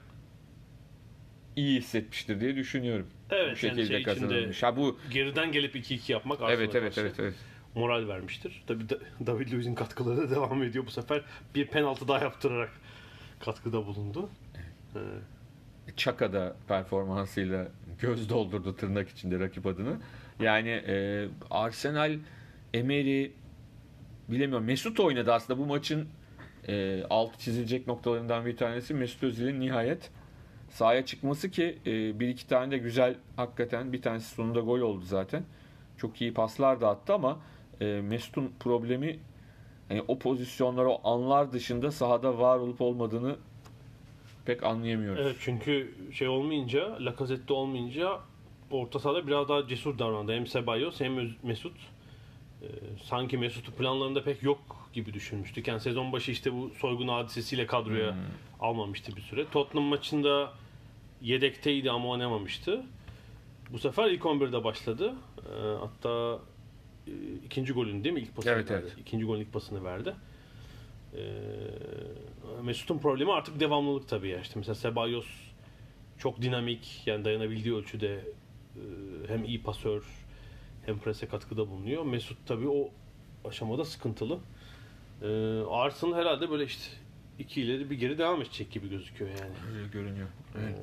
iyi hissetmiştir diye düşünüyorum. Evet, Bu şekilde yani şey içinde kazanılmış. Ha bu geriden gelip iki iki yapmak Arsenal'a evet evet karşı evet evet. moral vermiştir. Tabii da- David Luiz'in katkıları da devam ediyor bu sefer. Bir penaltı daha yaptırarak katkıda bulundu. Ee, Çaka da performansıyla göz doldurdu tırnak içinde rakip adını. Yani e, Arsenal, Emery bilemiyorum. Mesut oynadı aslında bu maçın e, altı çizilecek noktalarından bir tanesi Mesut Özil'in nihayet sahaya çıkması ki e, bir iki tane de güzel hakikaten, bir tanesi sonunda gol oldu zaten. Çok iyi paslar da attı ama e, Mesut'un problemi hani o pozisyonlar, o anlar dışında sahada var olup olmadığını pek anlayamıyoruz. evet çünkü şey olmayınca, Lacazette olmayınca orta sahada biraz daha cesur davrandı. Hem Ceballos hem Öz- Mesut. Ee, sanki Mesut'u planlarında pek yok gibi düşünmüştük. Yani sezon başı işte bu soygun hadisesiyle kadroya Hmm. almamıştı bir süre. Tottenham maçında yedekteydi ama oynamamıştı. Bu sefer ilk on birde başladı. Ee, hatta e, ikinci golün değil mi? İlk pasını Evet, verdi. evet. İkinci golün ilk pasını verdi. Ee, Mesut'un problemi artık devamlılık tabii ya. İşte mesela Ceballos çok dinamik, yani dayanabildiği ölçüde e, hem iyi pasör hem prese katkıda bulunuyor. Mesut tabii o aşamada sıkıntılı. Ee, Arsenal herhalde böyle işte iki ileri bir geri devam edecek gibi gözüküyor yani. Öyle görünüyor. Evet.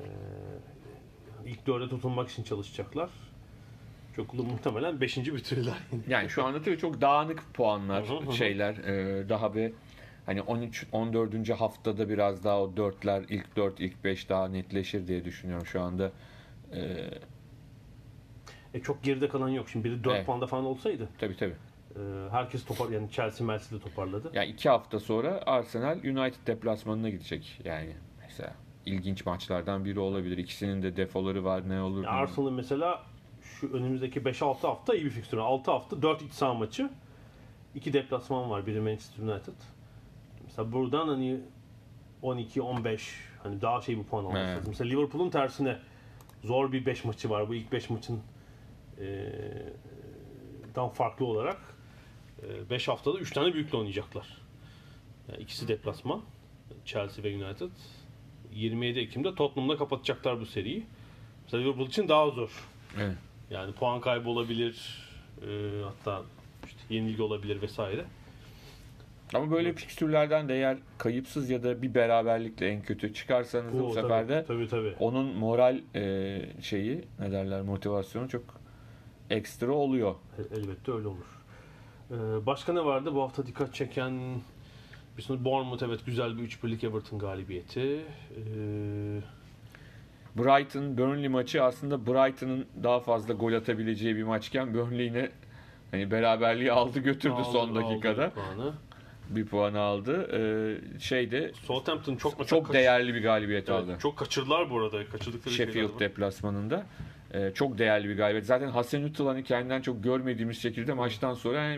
Ee, ilk dörde tutunmak için çalışacaklar. Çok muhtemelen beşinci bitirirler yine. Yani şu anda tabii çok dağınık puanlar, Hı hı hı. şeyler. Ee, daha bir hani on üç on dördüncü haftada biraz daha o dörtler, ilk dört, ilk beş daha netleşir diye düşünüyorum şu anda. Ee, E, çok geride kalan yok. Şimdi biri dört Evet. puanda falan olsaydı tabii tabii. e, herkes topar, yani Chelsea, Mercy de toparladı. Yani iki hafta sonra Arsenal United deplasmanına gidecek. Yani mesela ilginç maçlardan biri olabilir. İkisinin de defoları var, ne olur. Ya bilmiyorum. Arsenal'ın mesela şu önümüzdeki beş altı hafta iyi bir fikstürü. altı hafta dört iç saha maçı. iki deplasman var. Biri Manchester United. Mesela buradan hani on iki on beş hani daha şey bir puan olması Evet. lazım. Mesela Liverpool'un tersine zor bir beş maçı var. Bu ilk beş maçın eee dan farklı olarak beş haftada üç tane büyükle oynayacaklar. Yani ikisi deplasman. Chelsea ve United. yirmi yedi Ekim'de Tottenham'la kapatacaklar bu seriyi. Mesela Liverpool için daha zor. Evet. Yani puan kaybı olabilir, e, hatta işte yenilgi olabilir vesaire. Ama böyle fikstürlerden de eğer kayıpsız ya da bir beraberlikle en kötü çıkarsanız da bu Oo, sefer tabii, de tabii tabii. onun moral e, şeyi, ne derler, motivasyonu çok ekstra oluyor. El- Elbette öyle olur. Ee, başka ne vardı? Bu hafta dikkat çeken bir sonu Bournemouth, evet, güzel bir üç birlik Everton galibiyeti. Ee, Brighton Burnley maçı aslında Brighton'ın daha fazla gol atabileceği bir maçken Burnley yine hani beraberliği aldı götürdü aldı- son aldı dakikada. bir puanı. Bir puan aldı. Ee, şeyde Southampton çok mesela çok kaç- değerli bir galibiyet Evet, aldı. çok kaçırdılar bu arada. Kaçırdıkları şeyler Sheffield var. deplasmanında. Ee, çok değerli bir galibiyet. Zaten Hasenhüttl hani kendinden çok görmediğimiz şekilde maçtan sonra yani bir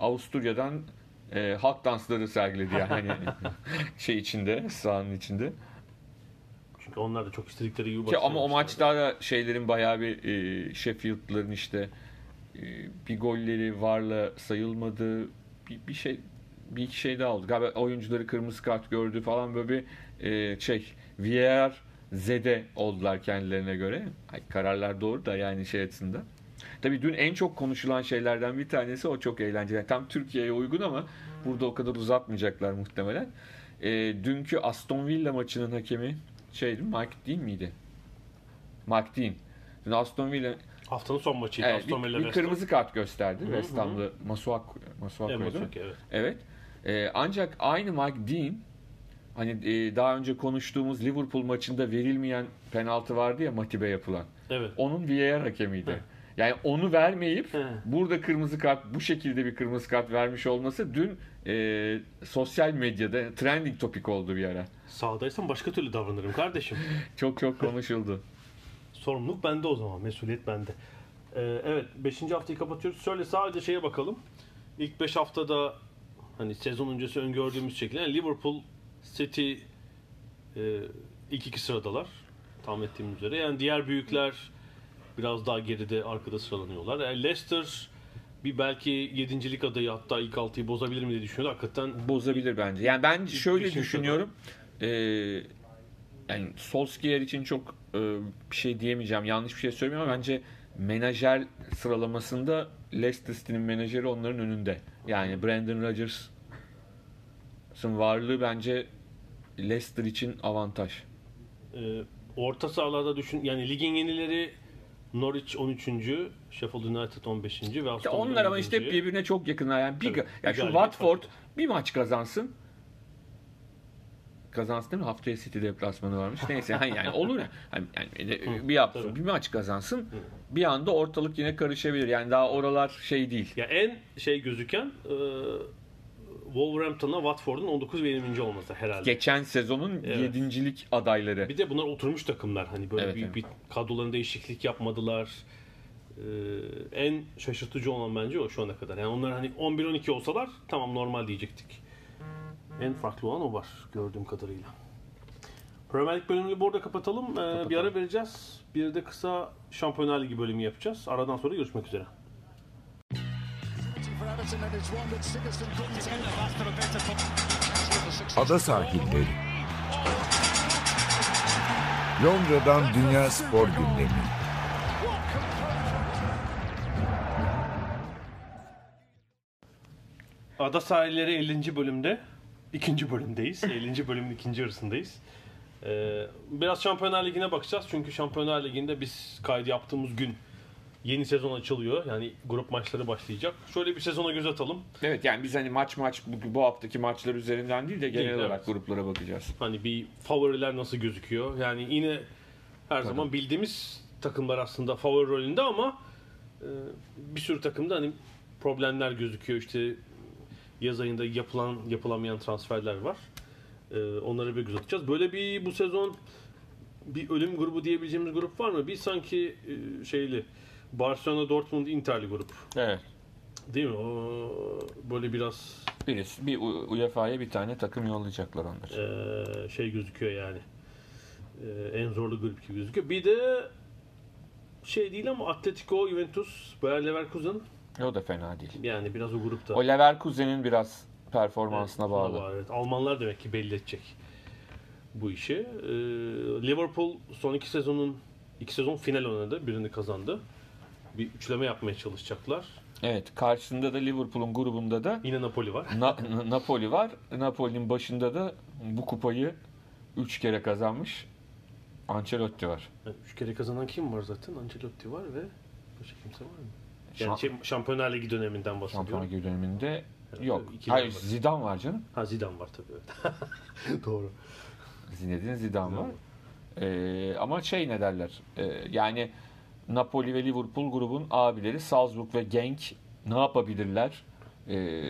Avusturya'dan e, halk dansları sergiledi yani hani şey içinde, sahanın içinde. Çünkü onlar da çok istedikleri gibi Ki ama o başlamışlar. maçta da şeylerin bayağı bir e, Sheffield'ların işte e, bir golleri varla sayılmadı. Bir, bir şey bir iki şey daha oldu. Galiba oyuncuları kırmızı kart gördü falan, böyle bir e, şey V A R zede oldular kendilerine göre. Ay, kararlar doğru da yani şey açısından. Tabii dün en çok konuşulan şeylerden bir tanesi o, çok eğlenceli. Tam Türkiye'ye uygun ama burada o kadar uzatmayacaklar muhtemelen. E, dünkü Aston Villa maçının hakemi şeydi, Mike Dean miydi? Mike Dean. Dün Aston Villa Haftanın son maçıydı. evet, Aston bir, Villa bir West Ham. kırmızı kart gösterdi. Hı hı West Ham'lı Masuaku, Masuaku'ydu Evet, değil mi? evet. Evet. Ee, ancak aynı Mike Dean, hani e, daha önce konuştuğumuz Liverpool maçında verilmeyen penaltı vardı ya Matip'e yapılan. Evet. Onun V A R hakemiydi. Hı. Yani onu vermeyip Hı. burada kırmızı kart, bu şekilde bir kırmızı kart vermiş olması dün e, sosyal medyada trending topic oldu bir ara. Sahadaysan başka türlü davranırım kardeşim. Çok çok konuşuldu. Sorumluluk bende o zaman. Mesuliyet bende. Ee, evet. beşinci haftayı kapatıyoruz. Şöyle sadece şeye bakalım. İlk beş haftada hani sezon öncesi öngördüğümüz şekilde yani Liverpool, City e, ilk iki sıradalar. Tahmin ettiğimiz üzere. Yani diğer büyükler biraz daha geride, arkada sıralanıyorlar. Yani Leicester bir belki yedincilik adayı, hatta ilk altıyı bozabilir mi diye düşünüyorlar. Hakikaten Bozabilir bence. Yani ben şöyle Düşünsene. düşünüyorum. Ee, yani Solskjaer için çok e, bir şey diyemeyeceğim. Yanlış bir şey söylemiyorum ama bence menajer sıralamasında Leicester City'nin menajeri onların önünde. Yani Brendan Rodgers'ın varlığı bence Leicester için avantaj. e, orta sahalarda düşün, yani ligin yenileri Norwich on üçüncü, Sheffield United on beşinci ve İşte Aston Villa onlar ama işte hep yedinci. birbirine çok yakınlar. Yani bir, Tabii, ga- yani bir şu galibiyet Watford farkı. bir maç kazansın. Kazansın değil mi? Haftaya City deplasmanı varmış. Neyse yani, yani olur ya. Yani, yani bir hafta tabii. bir maç kazansın. Bir anda ortalık yine karışabilir. Yani daha oralar şey değil. Ya en şey gözüken e, Wolverhampton'la Watford'un on dokuz ve yirminci olması herhalde. Geçen sezonun Evet. yedincilik adayları. Bir de bunlar oturmuş takımlar. Hani böyle Evet, büyük evet. bir kadrolarında değişiklik yapmadılar. Ee, en şaşırtıcı olan bence o şu ana kadar. Yani onlar hani on bir on iki olsalar tamam normal diyecektik. En farklı olan o var gördüğüm kadarıyla. Premier Lig bölümünü burada kapatalım. Ee, bir ara vereceğiz. Bir de kısa Şampiyonlar Ligi bölümü yapacağız. Aradan sonra görüşmek üzere. Ada sahilleri. Londra'dan Dünya Spor Gündemi. Ada Sahilleri ellinci bölümde. ikinci bölümdeyiz. ellinci bölümün ikinci yarısındayız. Ee, biraz Şampiyonlar Ligi'ne bakacağız. Çünkü Şampiyonlar Ligi'nde biz kaydı yaptığımız gün yeni sezon açılıyor. Yani grup maçları başlayacak. Şöyle bir sezona göz atalım. Evet, yani biz hani maç maç bu, bu haftaki maçlar üzerinden değil de genel Değil, olarak evet. gruplara bakacağız. Hani bir favoriler nasıl gözüküyor? Yani yine her zaman bildiğimiz takımlar aslında favori rolünde ama e, bir sürü takımda hani problemler gözüküyor. İşte yaz ayında yapılan yapılamayan transferler var. E, onları bir göz atacağız. Böyle bir bu sezon bir ölüm grubu diyebileceğimiz grup var mı? Bir sanki e, şeyli Barcelona, Dortmund, Inter'li grup. Evet. Değil mi? O böyle biraz Birisi bir U- U E F A'ya bir tane takım yollayacaklar onlar. e, şey gözüküyor yani. E, en zorlu grup gibi gözüküyor. Bir de şey değil ama Atletico, Juventus, Bayer Leverkusen O da fena değil. yani biraz o grupta. O Leverkusen'in biraz performansına Evet, bağlı. ona bağlı, evet. Almanlar demek ki belli edecek bu işi. Ee, Liverpool son iki sezonun iki sezon final oynadı. Birini kazandı. Bir üçleme yapmaya çalışacaklar. Evet, karşısında da Liverpool'un grubunda da Yine Napoli var. Na- Na- Napoli var. Napoli'nin başında da bu kupayı üç kere kazanmış Ancelotti var. Yani üç kere kazanan kim var zaten? Ancelotti var ve başka kimse var mı? Yani Şamp- şey, Şampiyonlar Ligi döneminden bahsediyorum. Şampiyonlar Ligi döneminde yok. iki Hayır, var. Zidane var canım. Ha Zidane var tabii. Evet. Doğru. Zinedine Zidane var. Ee, ama şey ne derler? Ee, yani Napoli ve Liverpool grubun abileri Salzburg ve Genk ne yapabilirler? Ee,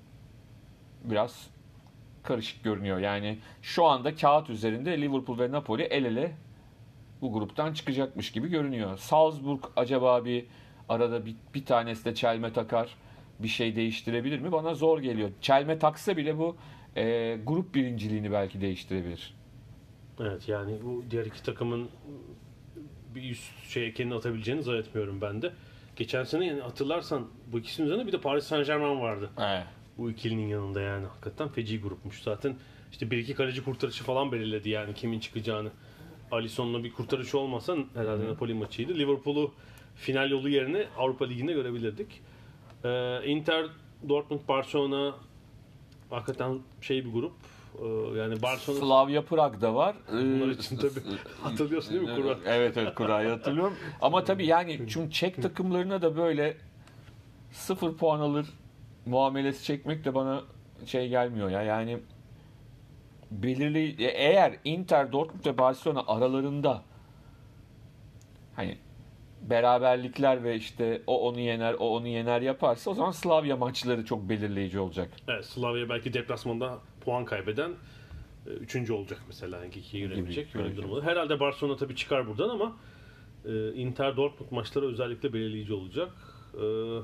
biraz karışık görünüyor. Yani şu anda kağıt üzerinde Liverpool ve Napoli el ele bu gruptan çıkacakmış gibi görünüyor. Salzburg acaba bir arada bir, bir tanesi de çelme takar. bir şey değiştirebilir mi? Bana zor geliyor. Çelme taksa bile bu e, grup birinciliğini belki değiştirebilir. Evet, yani bu diğer iki takımın bir üst şeye kendini atabileceğini zannetmiyorum ben de. Geçen sene yani hatırlarsan bu ikisinin üzerinde bir de Paris Saint-Germain vardı. Evet. Bu ikilinin yanında yani hakikaten feci grupmuş. Zaten işte bir iki kaleci kurtarışı falan belirledi yani kimin çıkacağını. Alisson'la bir kurtarışı olmasa herhalde Hı. Napoli maçıydı. Liverpool'u final yolu yerine Avrupa Ligi'nde görebilirdik. Ee, Inter, Dortmund, Barcelona hakikaten şey bir grup. Ee, yani Barcelona... Slavia Prag da var. Bunlar Ee, için tabii hatırlıyorsun değil mi kura? Evet evet kurayı hatırlıyorum. Ama tabii yani çünkü Çek takımlarına da böyle sıfır puan alır muamelesi çekmek de bana şey gelmiyor ya. Yani belirli eğer Inter, Dortmund ve Barcelona aralarında hani beraberlikler ve işte o onu yener, o onu yener yaparsa o zaman Slavia maçları çok belirleyici olacak. Evet, Slavia belki deplasmanda puan kaybeden e, üçüncü olacak mesela. Yani ikiye girebilecek. Gibi, Böyle bir gibi. durum olur. Herhalde Barcelona tabii çıkar buradan ama e, Inter Dortmund maçları özellikle belirleyici olacak. E,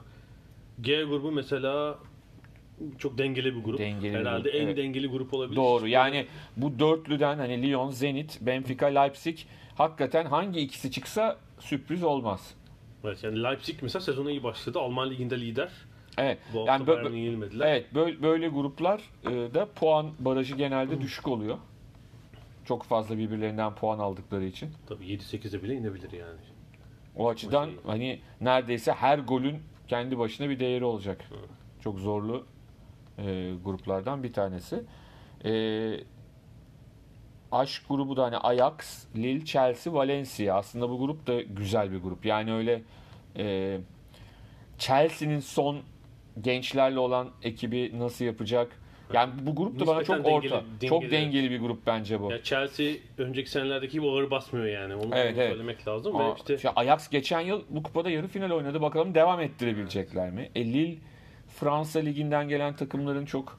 G grubu mesela çok dengeli bir grup. Dengeli bir Herhalde grup, en evet. dengeli grup olabilir. Doğru. Yani bu dörtlüden hani Lyon, Zenit, Benfica, Leipzig hakikaten hangi ikisi çıksa sürpriz olmaz. Evet, yani Leipzig mesela sezona iyi başladı. Alman liginde lider. Evet. Bu hafta Yani Bayern'e bö- yenilmediler. evet böyle, böyle gruplar e, da puan barajı genelde düşük oluyor. Çok fazla birbirlerinden puan aldıkları için. Tabii yedi sekize bile inebilir yani. O açıdan şey- hani neredeyse her golün kendi başına bir değeri olacak. Çok zorlu e, gruplardan bir tanesi. E, Aşk grubu da hani Ajax, Lille, Chelsea, Valencia. Aslında bu grup da güzel bir grup. Yani öyle e, Chelsea'nin son gençlerle olan ekibi nasıl yapacak? Yani bu grup da bana Nispeten çok orta. dengeli- dengeli, çok evet. dengeli bir grup bence bu. Ya Chelsea önceki senelerdeki gibi ağır basmıyor yani. Onu, Evet, onu evet. söylemek lazım. Aa, Ve işte şey, Ajax geçen yıl bu kupada yarı final oynadı. Bakalım devam ettirebilecekler mi? E, Lille Fransa liginden gelen takımların çok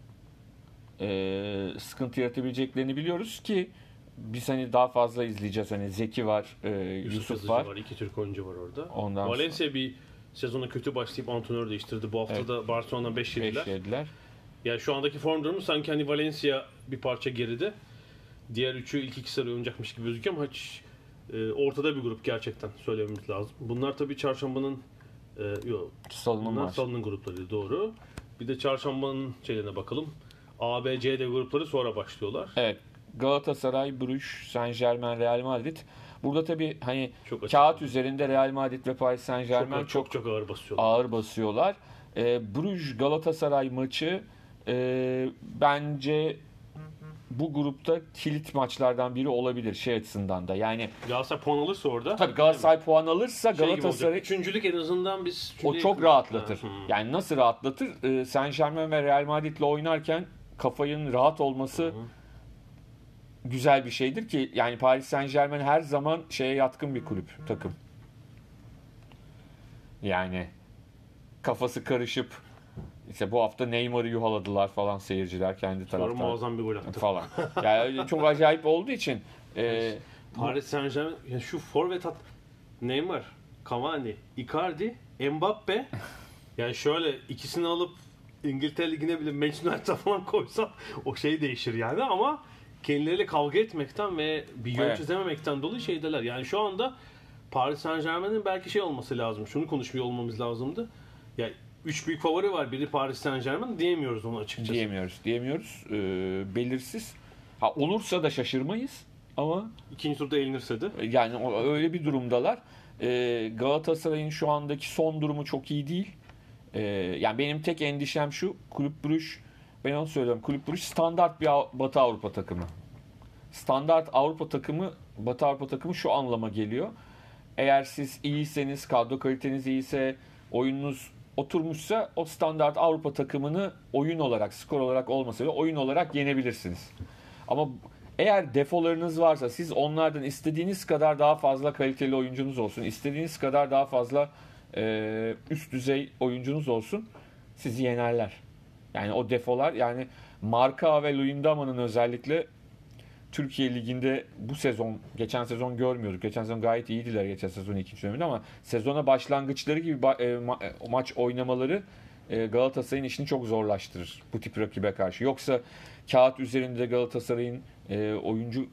e, sıkıntı yaratabileceklerini biliyoruz ki biz hani daha fazla izleyeceğiz. Hani Zeki var, e, Yusuf, Yusuf, Yazıcı var. var. İki Türk oyuncu var orada. Ondan Valencia bir sezona kötü başlayıp antrenör değiştirdi. Bu hafta Evet. da Barcelona'dan beş sonra yediler. beş yediler. Yani şu andaki form durumu sanki hani Valencia bir parça geride. Diğer üçü ilk iki sıra oynayacakmış gibi gözüküyor ama hiç e, ortada bir grup gerçekten söylememiz lazım. Bunlar tabii çarşambanın e, yok. Salınım Bunlar var. salının grupları doğru. Bir de çarşambanın şeylerine bakalım. A, B, C, D grupları sonra başlıyorlar. Evet. Galatasaray, Bruges, Saint-Germain, Real Madrid. Burada tabii hani Çok açık. kağıt üzerinde Real Madrid ve Paris Saint-Germain çok, çok, çok çok ağır basıyorlar. ağır basıyorlar. E, Bruges Galatasaray maçı e, bence bu grupta kilit maçlardan biri olabilir şey açısından da. Yani Galatasaray puan alırsa orada. tabii Galatasaray puan alırsa Şey gibi olacak, Galatasaray üçüncülük en azından biz... o çok rahatlatır. Ha, hı. Yani nasıl rahatlatır? E, Saint-Germain ve Real Madrid'le oynarken kafanın rahat olması güzel bir şeydir ki yani Paris Saint-Germain her zaman şeye yatkın bir kulüp, takım. Yani kafası karışıp işte bu hafta Neymar'ı yuhaladılar falan seyirciler kendi Sonra taraftan muazzam bir gol attı. falan. Yani çok acayip olduğu için e, Paris Saint-Germain ya şu forvet at Neymar, Cavani, Icardi, Mbappe yani şöyle ikisini alıp İngiltere Ligi'ne bile Manchester United'a falan koysam o şey değişir yani ama kendileriyle kavga etmekten ve bir yön Evet. çizememekten dolayı şeydeler. Yani şu anda Paris Saint-Germain'in belki şey olması lazım. Şunu konuşmuyor olmamız lazımdı. Ya üç büyük favori var. Biri Paris Saint-Germain diyemiyoruz onu açıkçası. diyemiyoruz. Diyemiyoruz. E, belirsiz. Ha olursa da şaşırmayız ama İkinci turda elenirse de. yani o- öyle bir durumdalar. E, Galatasaray'ın şu andaki son durumu çok iyi değil. E, yani benim tek endişem şu. Kulüp Brugge, ben onu söylüyorum. Kulüp Brugge standart bir Av- Batı Avrupa takımı. Standart Avrupa takımı, Batı Avrupa takımı şu anlama geliyor. Eğer siz iyiyseniz, kadro kaliteniz iyiyse, oyununuz oturmuşsa o standart Avrupa takımını oyun olarak, skor olarak olmasa bile oyun olarak yenebilirsiniz. Ama eğer defolarınız varsa siz onlardan istediğiniz kadar daha fazla kaliteli oyuncunuz olsun, istediğiniz kadar daha fazla e, üst düzey oyuncunuz olsun, sizi yenerler. Yani o defolar, yani Marka ve Luyendama'nın özellikle Türkiye Ligi'nde bu sezon, geçen sezon görmüyorduk. Geçen sezon gayet iyiydiler geçen sezon ikinci döneminde ama sezona başlangıçları gibi ba- e, ma- e, maç oynamaları e, Galatasaray'ın işini çok zorlaştırır bu tip rakibe karşı. Yoksa kağıt üzerinde Galatasaray'ın e, oyuncu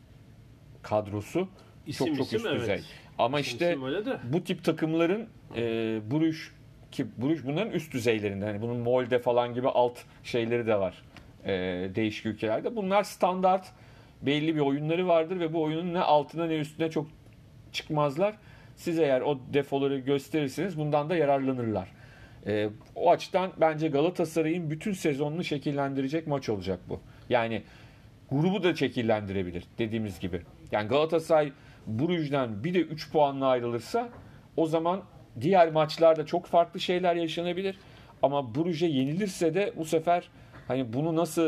kadrosu İsim, çok çok isim, üst evet. düzey. Ama İsim, işte isim öyle de. bu tip takımların e, Bruges ki Bruges bunların üst düzeylerinde. Yani bunun Molde falan gibi alt şeyleri de var. E, değişik ülkelerde. Bunlar standart belli bir oyunları vardır ve bu oyunun ne altına ne üstüne çok çıkmazlar. Siz eğer o defoları gösterirseniz bundan da yararlanırlar. E, o açıdan bence Galatasaray'ın bütün sezonunu şekillendirecek maç olacak bu. Yani grubu da şekillendirebilir dediğimiz gibi. Yani Galatasaray Bruges'den bir de üç puanla ayrılırsa o zaman diğer maçlarda çok farklı şeyler yaşanabilir. Ama Bruges'e yenilirse de bu sefer hani bunu nasıl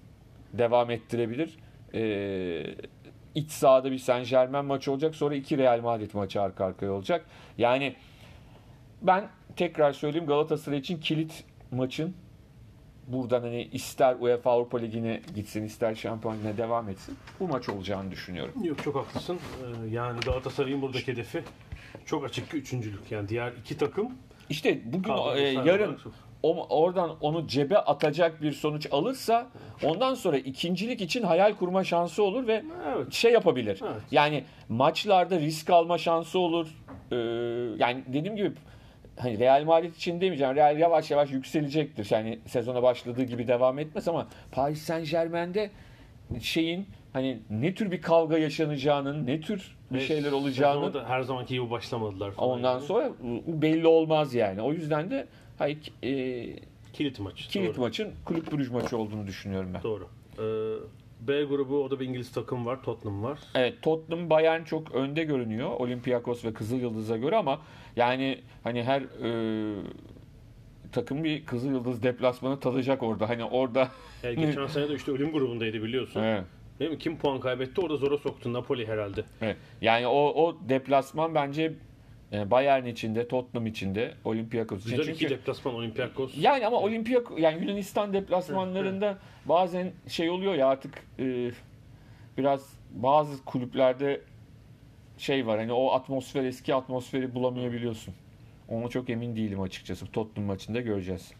devam ettirebilir? Ee, iç sahada bir Saint-Germain maçı olacak. Sonra iki Real Madrid maçı arka arkaya olacak. Yani ben tekrar söyleyeyim, Galatasaray için kilit maçın buradan hani ister UEFA Avrupa Ligi'ne gitsin, ister Şampiyonlar Ligi'ne devam etsin, bu maç olacağını düşünüyorum. Yok, çok haklısın. Ee, yani Galatasaray'ın buradaki hedefi çok açık bir üçüncülük. Yani diğer iki takım İşte bugün Kaldı, e, yarın çok- o, oradan onu cebe atacak bir sonuç alırsa ondan sonra ikincilik için hayal kurma şansı olur ve Evet. şey yapabilir. Evet. Yani maçlarda risk alma şansı olur. Ee, yani dediğim gibi hani Real Madrid için demeyeceğim. Real yavaş yavaş yükselecektir. Yani sezona başladığı gibi devam etmez ama Paris Saint-Germain'de şeyin hani ne tür bir kavga yaşanacağının, ne tür bir Ve şeyler olacağını sezona da her zamanki gibi başlamadılar falan. ondan yani. sonra bu belli olmaz yani. O yüzden de hayır, e, Kilit maç. kilit doğru. maçın Kulüp Brugge maçı olduğunu düşünüyorum ben. Doğru. Ee, B grubu, orada bir İngiliz takım var. Tottenham var. Evet, Tottenham, Bayern çok önde görünüyor Olympiakos ve Kızıl Yıldız'a göre ama yani hani her e, takım bir Kızıl Yıldız deplasmanı tadacak orada. Hani orada Yani geçen sene de işte ölüm grubundaydı biliyorsun. evet, Değil mi? Kim puan kaybetti? Orada zora soktu. Napoli herhalde. evet. Yani o o deplasman bence e, Bayern içinde, Tottenham içinde, Olympiakos için. Güzel iki Çünkü deplasman Olympiakos. yani ama Olimpiyak yani Yunanistan deplasmanlarında bazen şey oluyor ya artık e, biraz bazı kulüplerde şey var hani o atmosfer, eski atmosferi bulamayabiliyorsun. Ona çok emin değilim açıkçası. Tottenham maçında göreceğiz.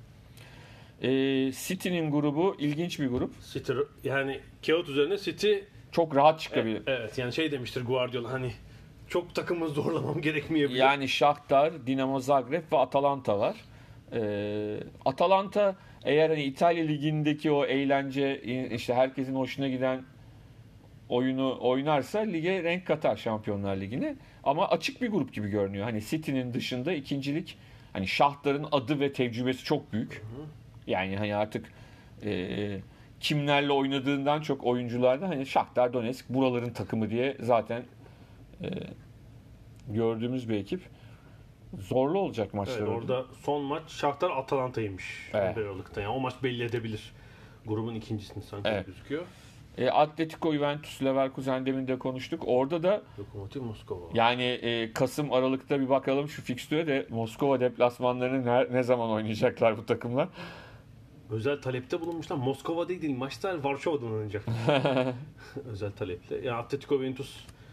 E, City'nin grubu ilginç bir grup. City, yani kağıt üzerine City Çok rahat e, çıkabilir. evet yani şey demiştir Guardiola, hani çok takımı zorlamam gerekmeyebilir. Yani Shakhtar, Dinamo Zagreb ve Atalanta var. Ee, Atalanta eğer hani İtalya Ligi'ndeki o eğlence, işte herkesin hoşuna giden oyunu oynarsa lige renk katar Şampiyonlar Ligi'ne. Ama açık bir grup gibi görünüyor. Hani City'nin dışında ikincilik, hani Shakhtar'ın adı ve tecrübesi çok büyük. Yani hani artık e, kimlerle oynadığından çok oyuncularda hani Shakhtar Donetsk buraların takımı diye zaten e, gördüğümüz bir ekip. Zorlu olacak maçlar. Evet, orada son maç Shakhtar Atalanta'ymış. Evet. on bir Aralık'ta. Yani o maç belli edebilir. Grubun ikincisini sanki Evet. gözüküyor. E, Atletico, Juventus, Leverkusen demin de konuştuk. Orada da Lokomotiv Moskova. yani e, Kasım, Aralık'ta bir bakalım şu fikstüre de Moskova deplasmanlarını ne, ne zaman oynayacaklar bu takımlar. Özel talepte bulunmuşlar. Moskova değil, değil maçlar Varşova'dan oynanacak. Özel taleple. Yani Atletico Juventus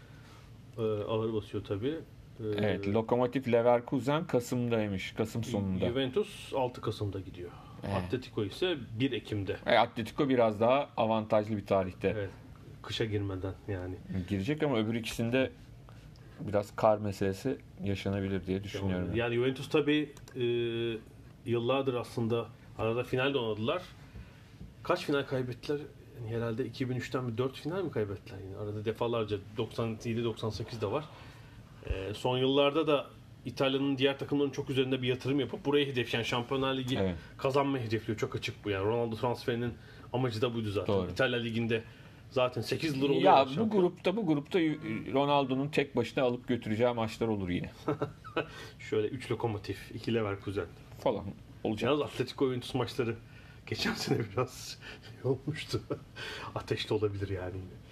e, ağır basıyor tabii. E, Evet, Lokomotiv Leverkusen Kasım'daymış. Kasım sonunda. Juventus altı Kasım'da gidiyor. Evet. Atletico ise bir Ekim'de. E, Atletico biraz daha avantajlı bir tarihte Evet. Kışa girmeden yani. girecek ama öbür ikisinde biraz kar meselesi yaşanabilir diye düşünüyorum. Yani Juventus tabii e, yıllardır aslında arada final de oynadılar. Kaç final kaybettiler? Yani herhalde iki bin üçten bir dört final mi kaybettiler? Yani arada defalarca doksan yedi doksan sekiz de var. E, son yıllarda da İtalya'nın diğer takımların çok üzerinde bir yatırım yapıp burayı hedefleyen Şampiyonlar Ligi Evet. kazanmayı hedefliyor. Çok açık bu yani. Ronaldo transferinin amacı da buydu zaten. Doğru. İtalya Ligi'nde zaten sekiz yıldır oluyor. Ya bu şampiyon. grupta bu grupta Ronaldo'nun tek başına alıp götüreceği maçlar olur yine Şöyle üç Lokomotiv, iki Leverkusen. falan olacak. Yalnız Atletico Juventus maçları geçen sene biraz şey olmuştu. Ateşli olabilir yani.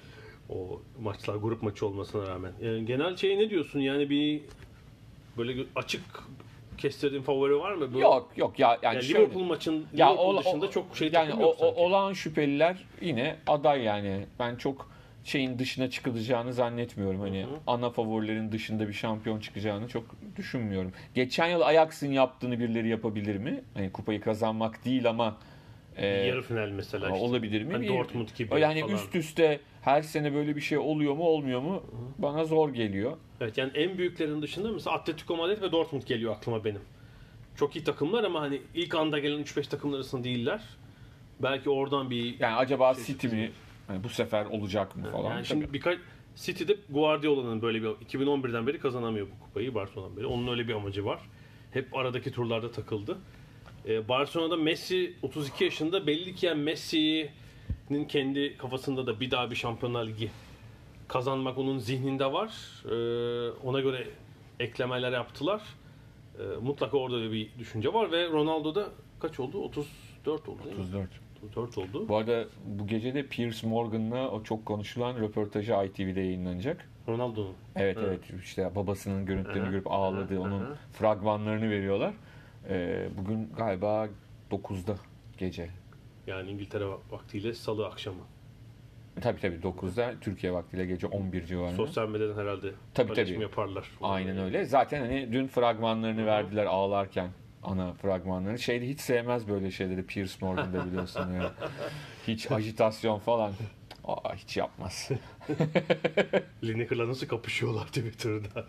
O maçlar grup maçı olmasına rağmen. Yani genel şey ne diyorsun? Yani bir böyle açık kestirdiğin favori var mı? Bu, Yok yok ya yani, Yani şöyle, Liverpool maçın ya Liverpool o- dışında o- çok şey yani takım o, yok o sanki. olağan şüpheliler yine aday yani. Ben çok şeyin dışına çıkılacağını zannetmiyorum. Hani Hı hı. ana favorilerin dışında bir şampiyon çıkacağını çok düşünmüyorum. Geçen yıl Ajax'ın yaptığını birileri yapabilir mi? Hani kupayı kazanmak değil ama e, Yarı final mesela işte. olabilir mi? Hani Bir- Dortmund gibi Öyle hani falan. üst üste her sene böyle bir şey oluyor mu olmuyor mu? Bana zor geliyor. Evet, yani en büyüklerin dışında mesela Atletico Madrid ve Dortmund geliyor aklıma benim. Çok iyi takımlar ama hani ilk anda gelen üç beş takımlar arasında değiller. Belki oradan bir Yani acaba Şey City mi hani bu sefer olacak mı falan. yani şimdi birkaç City'de Guardiola'nın böyle bir iki bin on birden beri kazanamıyor bu kupayı Barcelona'dan beri. Onun öyle bir amacı var. Hep aradaki turlarda takıldı. Ee, Barcelona'da Messi otuz iki yaşında, belli ki yani Messi'nin kendi kafasında da bir daha bir Şampiyonlar Ligi kazanmak onun zihninde var. Ee, ona göre eklemeler yaptılar. Ee, mutlaka orada da bir düşünce var ve Ronaldo'da kaç oldu? otuz dört oldu değil mi? otuz dört. otuz dört oldu. Bu arada bu gece de Piers Morgan'la o çok konuşulan röportajı I T V'de yayınlanacak. Ronaldo'nun. Evet Evet. evet işte babasının görüntülerini Aha, görüp ağladığı aha, onun aha. fragmanlarını veriyorlar. Ee, bugün galiba dokuzda gece. Yani İngiltere vaktiyle salı akşamı. Tabii tabii dokuzda Türkiye vaktiyle gece on bir civarında. Sosyal medyadan herhalde Tabii, paylaşım tabii. yaparlar. Aynen öyle. Zaten hani dün fragmanlarını verdiler ağlarken, ana fragmanlarını. Şeyde hiç sevmez böyle şeyleri Piers Morgan'da biliyorsun yani. Hiç ajitasyon falan. Aa, hiç yapmaz. Lineker'la nasıl kapışıyorlar Twitter'da.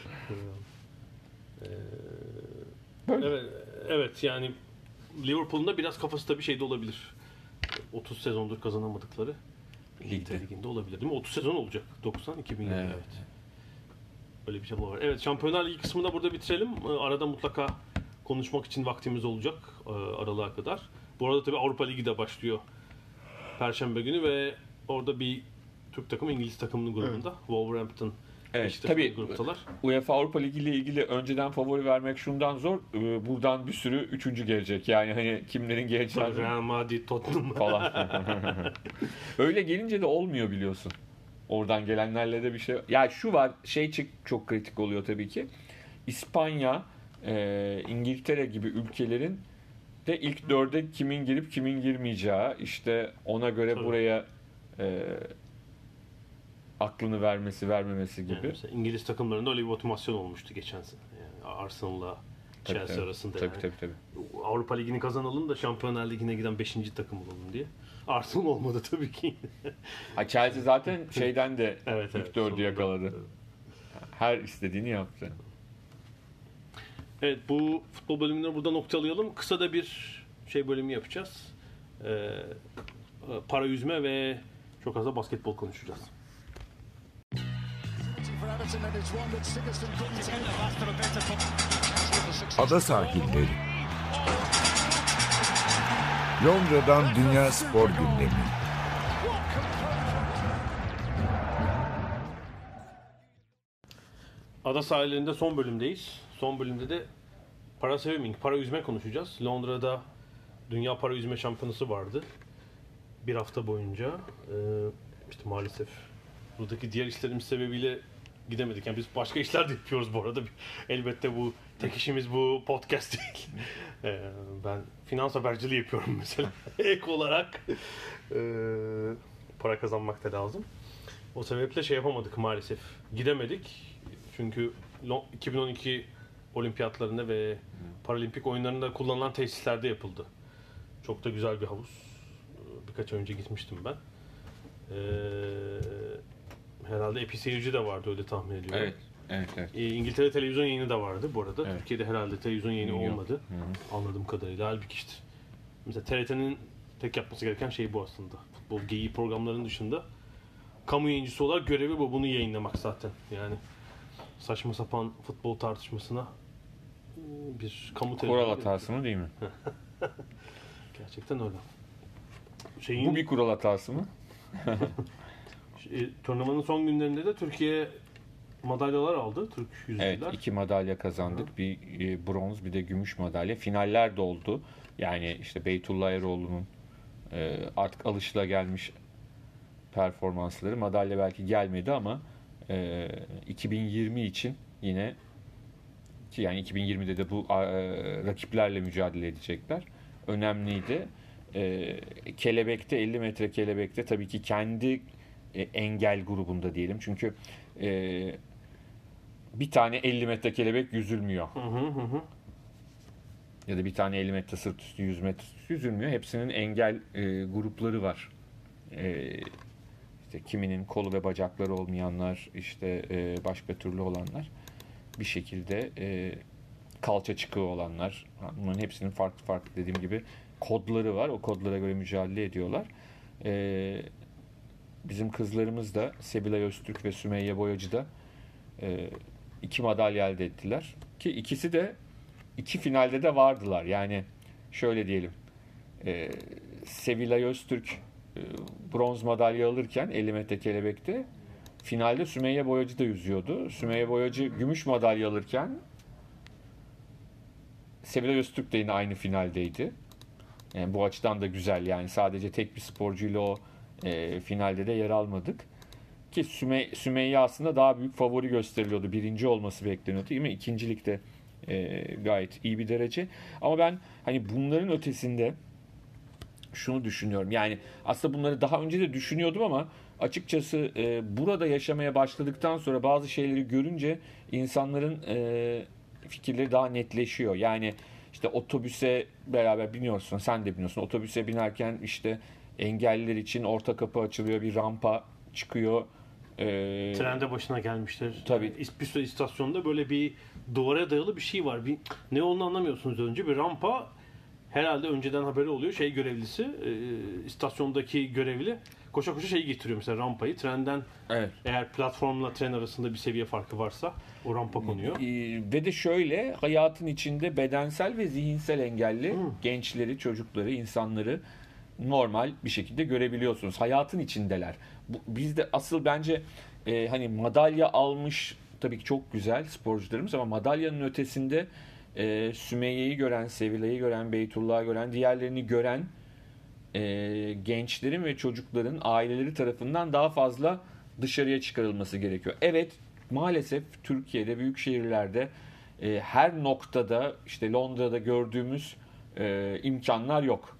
Ee, Böyle. evet, evet yani Liverpool'un da biraz kafası da bir şeyde olabilir. otuz sezondur kazanamadıkları İngiltere Ligde. Ligi'nde olabilir değil mi? otuz sezon olacak. doksan iki bin yirmi Evet. evet. Öyle bir şey var. Evet, Şampiyonlar Ligi kısmını da burada bitirelim. Ee, Arada mutlaka konuşmak için vaktimiz olacak e, aralığa kadar. Bu arada tabii Avrupa Ligi de başlıyor Perşembe günü ve orada bir Türk takımı İngiliz takımının grubunda. Wolverhampton Evet, Beşiktaş tabii gruptalar. UEFA Avrupa Ligi ile ilgili önceden favori vermek şundan zor. Ee, Buradan bir sürü üçüncü gelecek. Yani hani kimlerin geleceğini Real Madrid, Tottenham falan. Öyle gelince de olmuyor biliyorsun. Oradan gelenlerle de bir şey. Ya şu var, şey çık- çok kritik oluyor tabii ki. İspanya, e, İngiltere gibi ülkelerin de ilk dörde kimin girip kimin girmeyeceği, işte ona göre Tabii. buraya e, aklını vermesi vermemesi gibi. Yani mesela İngiliz takımlarında öyle bir otomasyon olmuştu geçen sene. Yani Arsenal'la Tabii, Chelsea tabii. arasında Tabii, yani. tabii, tabii. Avrupa Ligi'ni kazanalım da Şampiyonlar Ligi'ne giden beşinci takım olalım diye. Arsenal olmadı tabii ki. Ha, Chelsea zaten şeyden de Evet, ilk evet, dördü sonunda. yakaladı. Her istediğini yaptı. Evet, bu futbol bölümünü burada noktalayalım. Kısa da bir şey bölümü yapacağız. Ee, para yüzme ve çok az da basketbol konuşacağız. Ada sahilleri. Londra'dan Dünya Spor Gündemi. Ada sahillerinde son bölümdeyiz. Son bölümde de para swimming, para yüzme konuşacağız. Londra'da Dünya Para Yüzme Şampiyonası vardı. Bir hafta boyunca. Ee, işte maalesef buradaki diğer işlerimiz sebebiyle gidemedik. Yani biz başka işler de yapıyoruz bu arada. Elbette bu tek işimiz bu podcast değil. Ee, ben finans haberciliği yapıyorum mesela. Ek olarak ee, para kazanmak da lazım. O sebeple şey yapamadık maalesef. Gidemedik. Çünkü iki bin on iki olimpiyatlarında ve paralimpik oyunlarında kullanılan tesislerde yapıldı. Çok da güzel bir havuz. Birkaç ay önce gitmiştim ben. Ee, herhalde epey seyirci de vardı öyle tahmin ediyorum. Evet. Evet, evet. Ee, İngiltere televizyon yayını da vardı bu arada. Evet. Türkiye'de herhalde televizyon yayını Yok. olmadı. Hı hı. Anladığım kadarıyla. Halbuki işte mesela T R T'nin tek yapması gereken şey bu aslında. Futbol geyiği programlarının dışında kamu yayıncısı olarak görevi bu. Bunu yayınlamak zaten. Yani saçma sapan futbol tartışmasına bir kamu Kural televizyonu hatası mı değil mi? gerçekten öyle. Şeyin, Bu bir kural hatası mı? e, turnuvanın son günlerinde de Türkiye madalyalar aldı. Türk yüzücüler. Evet, iki madalya kazandık. Bir e, bronz, bir de gümüş madalya. Finaller de oldu. Yani işte Beytullah Eroğlu'nun e, artık alışılagelmiş performansları. Madalya belki gelmedi ama e, iki bin yirmi için yine ki yani iki bin yirmide de bu e, rakiplerle mücadele edecekler. Önemliydi. E, kelebekte elli metre kelebekte tabii ki kendi e, engel grubunda diyelim. Çünkü e, bir tane elli metre kelebek yüzülmüyor. Hı hı hı. hı. Ya da bir tane elli metre sırt üstü, yüz metre üstü yüzülmüyor. Hepsinin engel e, grupları var. E, işte kiminin kolu ve bacakları olmayanlar, işte e, başka türlü olanlar, bir şekilde e, kalça çıkığı olanlar. Bunların hepsinin farklı farklı dediğim gibi kodları var. O kodlara göre mücadele ediyorlar. E, bizim kızlarımız da Sevilay Öztürk ve Sümeyye Boyacı da e, iki madalya elde ettiler. Ki ikisi de iki finalde de vardılar. Yani şöyle diyelim. E, Sevilay Öztürk e, bronz madalya alırken elli metre kelebekte, finalde Sümeyye Boyacı da yüzüyordu. Sümeyye Boyacı gümüş madalya alırken Sevilay Öztürk de yine aynı finaldeydi. Yani bu açıdan da güzel. Yani sadece tek bir sporcuyla o e, finalde de yer almadık. Ki Süme, Sümeyye aslında daha büyük favori gösteriliyordu. Birinci olması bekleniyordu. Değil mi? İkincilikte e, gayet iyi bir derece. Ama ben hani bunların ötesinde şunu düşünüyorum. Yani aslında bunları daha önce de düşünüyordum ama açıkçası e, burada yaşamaya başladıktan sonra bazı şeyleri görünce insanların e, fikirleri daha netleşiyor. Yani işte otobüse beraber biniyorsun, sen de biniyorsun. Otobüse binerken işte engelliler için orta kapı açılıyor, bir rampa çıkıyor. E, Trende başına gelmiştir. Tabii. Yani bir sürü istasyonda böyle bir duvara dayalı bir şey var. Bir, ne olduğunu anlamıyorsunuz önce. Bir rampa, herhalde önceden haberi oluyor. Şey görevlisi, e, istasyondaki görevli koşa koşa şeyi getiriyor mesela, rampayı. Trenden evet. eğer platformla tren arasında bir seviye farkı varsa o rampa konuyor. E, ve de şöyle, hayatın içinde bedensel ve zihinsel engelli Hmm. gençleri, çocukları, insanları normal bir şekilde görebiliyorsunuz. Hayatın içindeler. Bu, bizde asıl bence e, hani madalya almış tabii ki çok güzel sporcularımız ama madalyanın ötesinde e, Sümeyye'yi gören, Sevilay'ı gören, Beytullah'ı gören, diğerlerini gören e, gençlerin ve çocukların aileleri tarafından daha fazla dışarıya çıkarılması gerekiyor. Evet, maalesef Türkiye'de, büyük şehirlerde e, her noktada, işte Londra'da gördüğümüz e, imkanlar yok.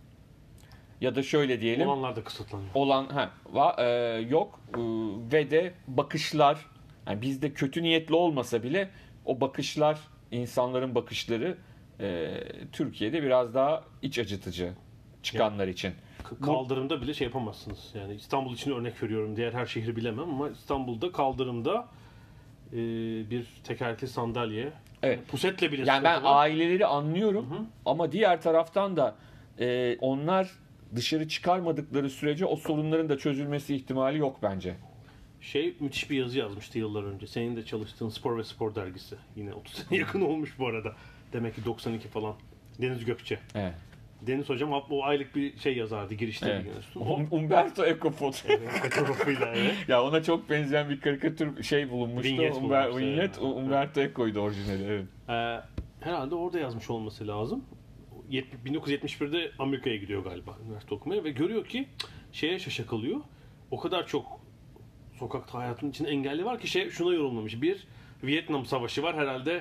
Ya da şöyle diyelim, Olanlar da kısıtlanıyor. olan ha, va, e, yok e, ve de bakışlar, yani bizde kötü niyetli olmasa bile o bakışlar, insanların bakışları e, Türkiye'de biraz daha iç acıtıcı çıkanlar için. K- Kaldırımda bile şey yapamazsınız. Yani İstanbul için örnek veriyorum. Diğer her şehri bilemem ama İstanbul'da kaldırımda e, bir tekerlekli sandalye, Evet. pusetle bile Yani ben sıkıntı var. aileleri anlıyorum Hı hı. ama diğer taraftan da e, onlar dışarı çıkarmadıkları sürece o sorunların da çözülmesi ihtimali yok bence. Şey, müthiş bir yazı yazmıştı yıllar önce. Senin de çalıştığın Spor ve Spor dergisi. Yine otuz sene yakın olmuş bu arada. Demek ki doksan iki falan. Deniz Gökçe. Evet. Deniz hocam o aylık bir şey yazardı girişte Evet. biliyorsun. Um- Umberto Eco foto. Fotoğrafıyla evet. Ya ona çok benzeyen bir karikatür şey bulunmuştu. Vinyet Umber, bulmuştu, Vinyet, evet. Umberto Eco'ydu orijinali. Evet. Ee, herhalde orada yazmış olması lazım. Yet- bin dokuz yüz yetmiş birde Amerika'ya gidiyor galiba üniversite okumaya ve görüyor ki şeye şaşa kalıyor. O kadar çok sokakta hayatın içinde engelli var ki şey şuna yorumlamış. Bir, Vietnam Savaşı var herhalde,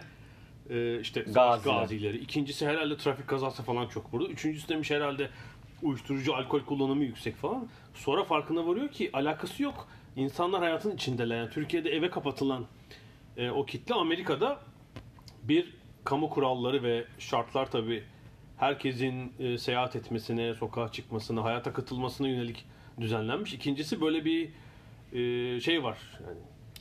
e, işte savaş Gaziler. gazileri. İkincisi herhalde trafik kazası falan çok burada. Üçüncüsü demiş herhalde uyuşturucu, alkol kullanımı yüksek falan. Sonra farkına varıyor ki alakası yok. İnsanlar hayatın içindeler. Yani Türkiye'de eve kapatılan e, o kitle, Amerika'da bir kamu kuralları ve şartlar tabii herkesin e, seyahat etmesine, sokağa çıkmasına, hayata katılmasına yönelik düzenlenmiş. İkincisi böyle bir e, şey var. Yani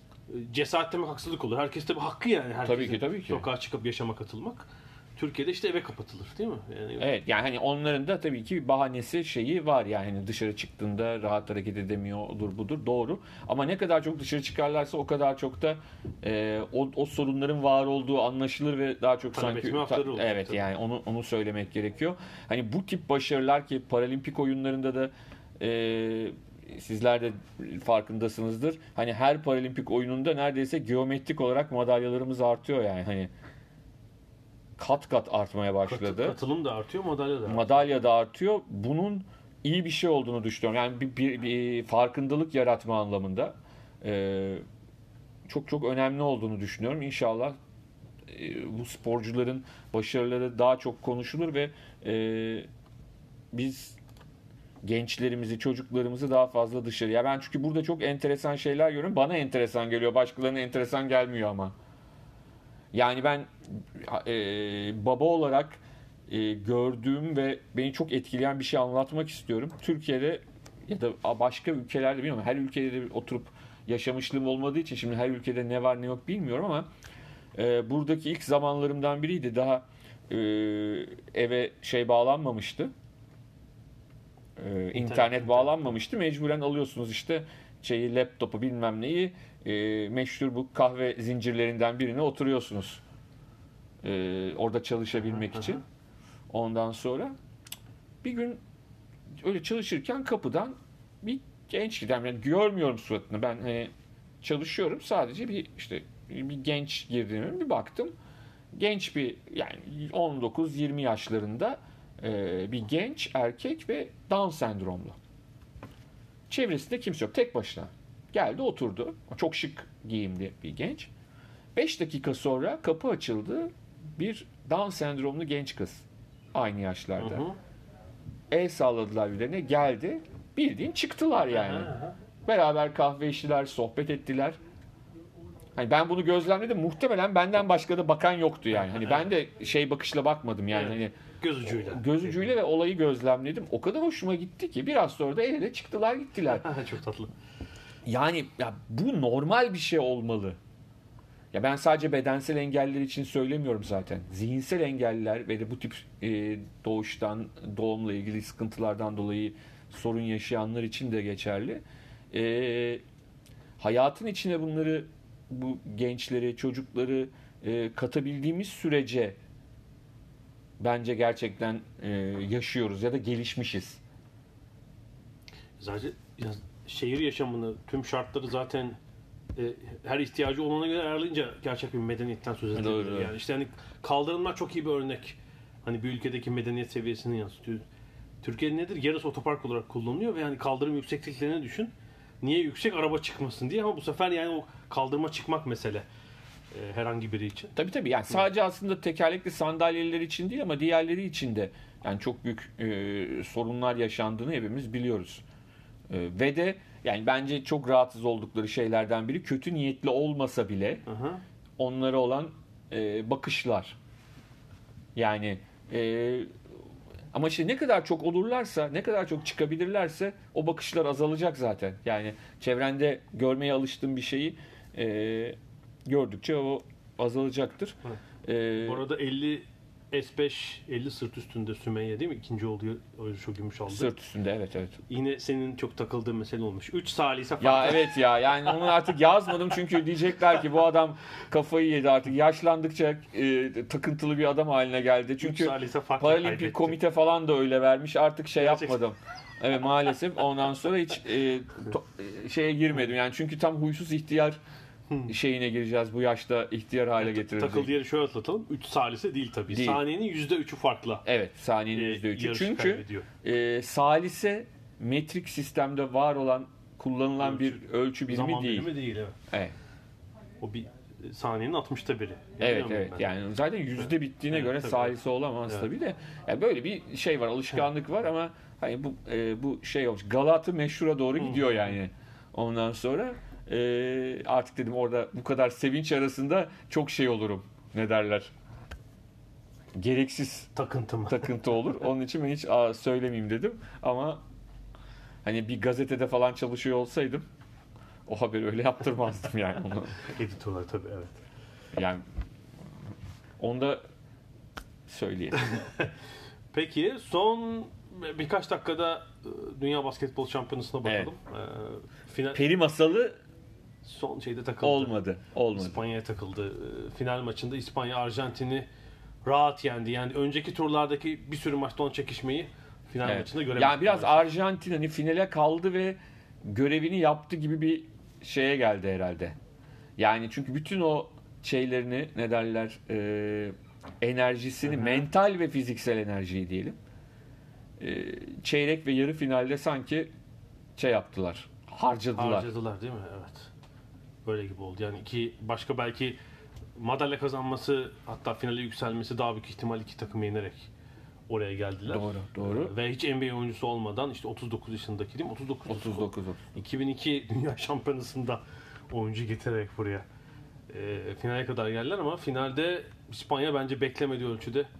e, cesaret demek haksızlık olur. Herkes tabii hakkı yani. Herkesin Tabii ki, tabii ki. sokağa çıkıp yaşama katılmak. Türkiye'de işte eve kapatılır değil mi? Yani Evet, yani hani onların da tabii ki bir bahanesi şeyi var, yani hani dışarı çıktığında rahat hareket edemiyor, odur budur, doğru. Ama ne kadar çok dışarı çıkarlarsa o kadar çok da e, o, o sorunların var olduğu anlaşılır ve daha çok Talep sanki etme hakları olur, evet tabii. yani onu onu söylemek gerekiyor. Hani bu tip başarılar ki paralimpik oyunlarında da e, sizler de farkındasınızdır. Hani her paralimpik oyununda neredeyse geometrik olarak madalyalarımız artıyor, yani hani kat kat artmaya başladı. Kat- katılım da artıyor, madalya da artıyor. Madalya da artıyor. Bunun iyi bir şey olduğunu düşünüyorum. Yani bir, bir, bir farkındalık yaratma anlamında e, çok çok önemli olduğunu düşünüyorum. İnşallah e, bu sporcuların başarıları daha çok konuşulur ve e, biz gençlerimizi, çocuklarımızı daha fazla dışarıya. Ben çünkü burada çok enteresan şeyler görüyorum. Bana enteresan geliyor. Başkalarına enteresan gelmiyor ama. Yani ben e, baba olarak e, gördüğüm ve beni çok etkileyen bir şey anlatmak istiyorum. Türkiye'de ya da başka ülkelerde bilmiyorum. Her ülkede de oturup yaşamışlığım olmadığı için şimdi her ülkede ne var ne yok bilmiyorum ama e, buradaki ilk zamanlarımdan biriydi. Daha e, eve şey bağlanmamıştı. E, internet, internet bağlanmamıştı. Mecburen alıyorsunuz işte şeyi, laptopu bilmem neyi, e, meşhur bu kahve zincirlerinden birine oturuyorsunuz. E, orada çalışabilmek için. Ondan sonra bir gün öyle çalışırken kapıdan bir genç giden, yani görmüyorum suratını, ben hani çalışıyorum, sadece bir işte bir genç girdiğini bir baktım. Genç bir, yani on dokuz yirmi yaşlarında e, bir genç erkek ve Down sendromlu. Çevresinde kimse yok, tek başına. Geldi oturdu. Çok şık giyimli bir genç. beş dakika sonra kapı açıldı. Bir Down sendromlu genç kız. Aynı yaşlarda. Hı hı. El salladılar birbirlerine, geldi. Bildiğin çıktılar yani. Hı hı. Beraber kahve içtiler, sohbet ettiler. Hani ben bunu gözlemledim. Muhtemelen benden başka da bakan yoktu yani. Hani ben de şey bakışla bakmadım yani. Evet. Hani göz ucuyla. Göz ucuyla ve olayı gözlemledim. O kadar hoşuma gitti ki biraz sonra da el ele çıktılar gittiler. Çok tatlı. Yani ya bu normal bir şey olmalı. Ya ben sadece bedensel engeller için söylemiyorum zaten. Zihinsel engelliler ve de bu tip e, doğuştan, doğumla ilgili sıkıntılardan dolayı sorun yaşayanlar için de geçerli. E, hayatın içine bunları, bu gençleri, çocukları e, katabildiğimiz sürece bence gerçekten e, yaşıyoruz ya da gelişmişiz. Zaten ya, şehir yaşamını, tüm şartları zaten e, her ihtiyacı olana göre ayarlayınca gerçek bir medeniyetten söz edilir. Yani işte hani kaldırımlar çok iyi bir örnek. Hani bir ülkedeki medeniyet seviyesini yansıtıyor. Türkiye'de nedir? Yarısı otopark olarak kullanılıyor ve yani kaldırım yüksekliklerini düşün. Niye yüksek araba çıkmasın diye, ama bu sefer yani o kaldırıma çıkmak mesele. E, herhangi biri için. Tabii tabii. Yani sadece aslında tekerlekli sandalyeler için değil ama diğerleri için de yani çok büyük e, sorunlar yaşandığını hepimiz biliyoruz. E, ve de yani bence çok rahatsız oldukları şeylerden biri, kötü niyetli olmasa bile Aha. onlara olan e, bakışlar. Yani e, ama işte ne kadar çok olurlarsa, ne kadar çok çıkabilirlerse o bakışlar azalacak zaten. Yani çevrende görmeye alıştığın bir şeyi e, gördükçe o azalacaktır. Ee, Bu arada elli S beş, elli sırt üstünde Sümeyye değil mi? İkinci oluyor. Özgür Gümüş aldı. Sırt üstünde, evet evet. Yine senin çok takıldığın mesele olmuş. üç salise farklı. Ya evet ya, yani onu artık yazmadım çünkü diyecekler ki bu adam kafayı yedi artık. Yaşlandıkça e, takıntılı bir adam haline geldi. Çünkü Paralimpik komite falan da öyle vermiş. Artık şey Gerçekten. yapmadım. Evet maalesef ondan sonra hiç e, to, şeye girmedim. Yani çünkü tam huysuz ihtiyar şeyine gireceğiz, bu yaşta ihtiyar hale yani, getirilecek. Takıldığı yeri şöyle atlatalım. üç salise değil tabii. Değil. Saniyenin yüzde üçü farklı. Evet, saniyenin yüzde üçü. Ee, çünkü e, salise metrik sistemde var olan, kullanılan ölçü, bir ölçü birimi zaman değil. Zaman birimi değil, evet. Evet. O bir saniyenin altmışta biri. Evet evet. Ben. Yani zaten yüzde evet. bittiğine evet, göre tabii. salise olamaz evet. tabii de. Yani böyle bir şey var, alışkanlık var ama hani bu e, bu şey olmuş. Galatı meşhura doğru gidiyor yani. Ondan sonra Ee, artık dedim orada bu kadar sevinç arasında çok şey olurum. Ne derler? Gereksiz takıntı mı? Takıntı olur. Onun için ben hiç aa, söylemeyeyim dedim. Ama hani bir gazetede falan çalışıyor olsaydım o haberi öyle yaptırmazdım yani onu. Editörler tabii, evet. Yani onu da söyleyelim. Peki son birkaç dakikada Dünya Basketbol Şampiyonası'na bakalım. Evet. Ee, final... Peri masalı son şeyde takıldı. Olmadı. Olmadı. İspanya'ya takıldı. Final maçında İspanya Arjantin'i rahat yendi. Yani önceki turlardaki bir sürü maçta olan çekişmeyi final evet. maçında göremedik. Yani biraz Arjantin hani finale kaldı ve görevini yaptı gibi bir şeye geldi herhalde. Yani çünkü bütün o şeylerini, ne derler, e, enerjisini, Hı-hı. mental ve fiziksel enerjiyi diyelim, e, çeyrek ve yarı finalde sanki şey yaptılar. Harcadılar. Harcadılar değil mi? Evet. Böyle gibi oldu. Yani iki başka belki madalya kazanması, hatta finale yükselmesi daha büyük ihtimal iki takımı yenerek oraya geldiler. Doğru, doğru. Ve hiç N B A oyuncusu olmadan işte otuz dokuz yaşındaki değil mi? otuz dokuz. otuz dokuz. iki bin iki Dünya Şampiyonası'nda oyuncu getirerek buraya e, finale kadar geldiler ama finalde İspanya bence beklemediği ölçüde e,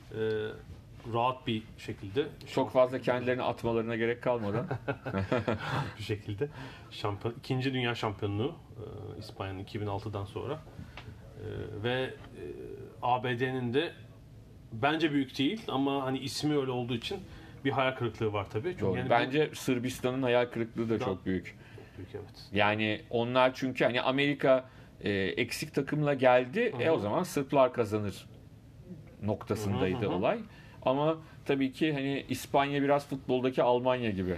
rahat bir şekilde Çok fazla kendilerini atmalarına gerek kalmadan. bir şekilde şampiyon ikinci dünya şampiyonluğu e, İspanya'nın iki bin altıdan sonra e, ve e, A B D'nin de bence büyük değil ama hani ismi öyle olduğu için bir hayal kırıklığı var tabii. Çünkü Doğru. yani Bence Sırbistan'ın hayal kırıklığı da Da- çok büyük. büyük evet. Yani onlar çünkü hani Amerika e, eksik takımla geldi. Hı hı. E o zaman Sırplar kazanır noktasındaydı Hı hı hı. olay. Ama tabii ki hani İspanya biraz futboldaki Almanya gibi.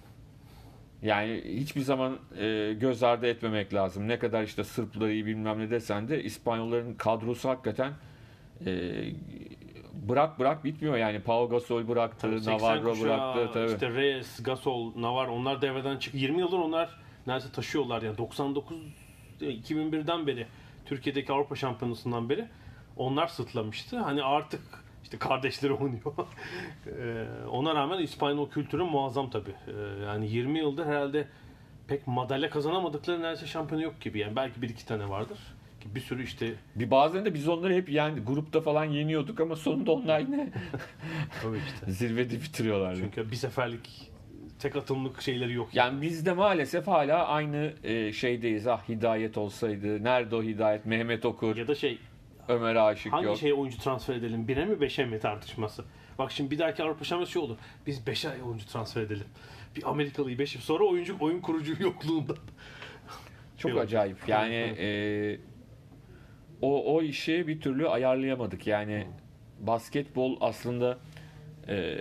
Yani hiçbir zaman e, göz ardı etmemek lazım. Ne kadar işte Sırpları iyi bilmem ne desen de İspanyolların kadrosu hakikaten e, bırak bırak bitmiyor yani. Pau Gasol bıraktı, Tabii seksen Navarro kuşağı, bıraktı tabii. işte Reyes, Gasol, Navarro onlar devreden çık. yirmi yıldır onlar neredeyse taşıyorlar yani doksan dokuz iki bin birden beri Türkiye'deki Avrupa Şampiyonası'ndan beri onlar sırtlamıştı. Hani artık işte kardeşleri oynuyor. Ee, Ona rağmen İspanyol kültürü muazzam tabii. Ee, Yani yirmi yıldır herhalde pek madalya kazanamadıkları neredeyse şampiyonu yok gibi. Yani belki bir iki tane vardır. Ki bir sürü işte Bir bazen de biz onları hep yani grupta falan yeniyorduk ama sonunda onlar yine tabii işte. zirvede bitiriyorlardı. Çünkü bir seferlik tek atımlık şeyleri yok. Yani biz de maalesef hala aynı e, şeydeyiz. Ah Hidayet olsaydı. Nerede o Hidayet? Mehmet Okur, Ya da şey Ömer Aşık hangi yok. şeye oyuncu transfer edelim? Bire mi beşe mi tartışması? Bak şimdi bir dahaki Avrupa Şampiyonası şey olur. Biz beşe oyuncu transfer edelim. Bir Amerikalıyı beşe sonra oyuncu oyun kurucu yokluğunda. Çok Şey acayip. Yani e, o o işi bir türlü ayarlayamadık. Yani basketbol aslında e,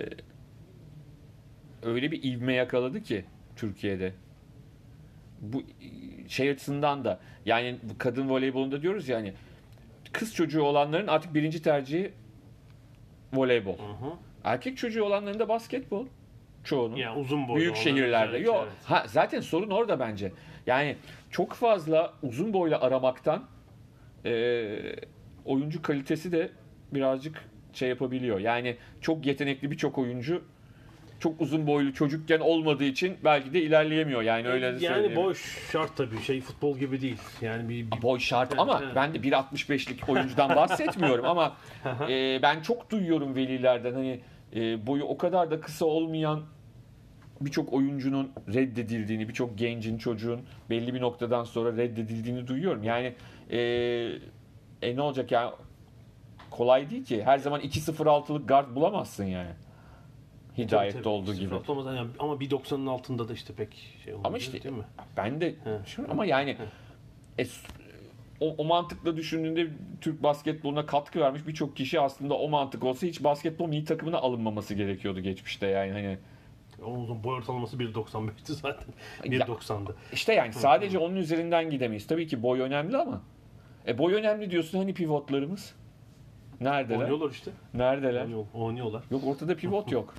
öyle bir ivme yakaladı ki Türkiye'de. Bu şey açısından da yani bu kadın voleybolunda diyoruz yani kız çocuğu olanların artık birinci tercihi voleybol. Hı hı. Erkek çocuğu olanların da basketbol. Çoğunun. Yani uzun boylu Büyük olan şehirlerde. özellikle, Yok. evet. Ha zaten sorun orada bence. Yani çok fazla uzun boylu aramaktan e, oyuncu kalitesi de birazcık şey yapabiliyor. Yani çok yetenekli birçok oyuncu çok uzun boylu çocukken olmadığı için belki de ilerleyemiyor. Yani öyle de Yani söyleyeyim. boş şart tabii. Şey futbol gibi değil. Yani bir, bir Boy şart Evet, ama evet. ben de bir altmış beşlik oyuncudan bahsetmiyorum ama e, ben çok duyuyorum velilerden hani e, boyu o kadar da kısa olmayan birçok oyuncunun reddedildiğini, birçok gencin, çocuğun belli bir noktadan sonra reddedildiğini duyuyorum. Yani e, e ne olacak ya kolay değil ki. Her zaman iki sıfır altılık guard bulamazsın yani. Hidayette tabii, tabii. olduğu Sıfır gibi. atlamaz yani. Ama bir doksanın altında da işte pek şey olmuyor. Ama işte değil mi? ben de He. düşünüyorum ama yani e, o, o mantıkla düşündüğünde Türk basketboluna katkı vermiş birçok kişi aslında o mantık olsa hiç basketbol milli takımına alınmaması gerekiyordu geçmişte yani hani Onun boy ortalaması bir doksan beşti zaten. Ya- bir doksandı. işte yani sadece onun üzerinden gidemeyiz. Tabii ki boy önemli ama e boy önemli diyorsun hani pivotlarımız neredeler? Oynuyorlar işte. Neredeler? Oynuyor- Oynuyorlar. Yok ortada pivot yok.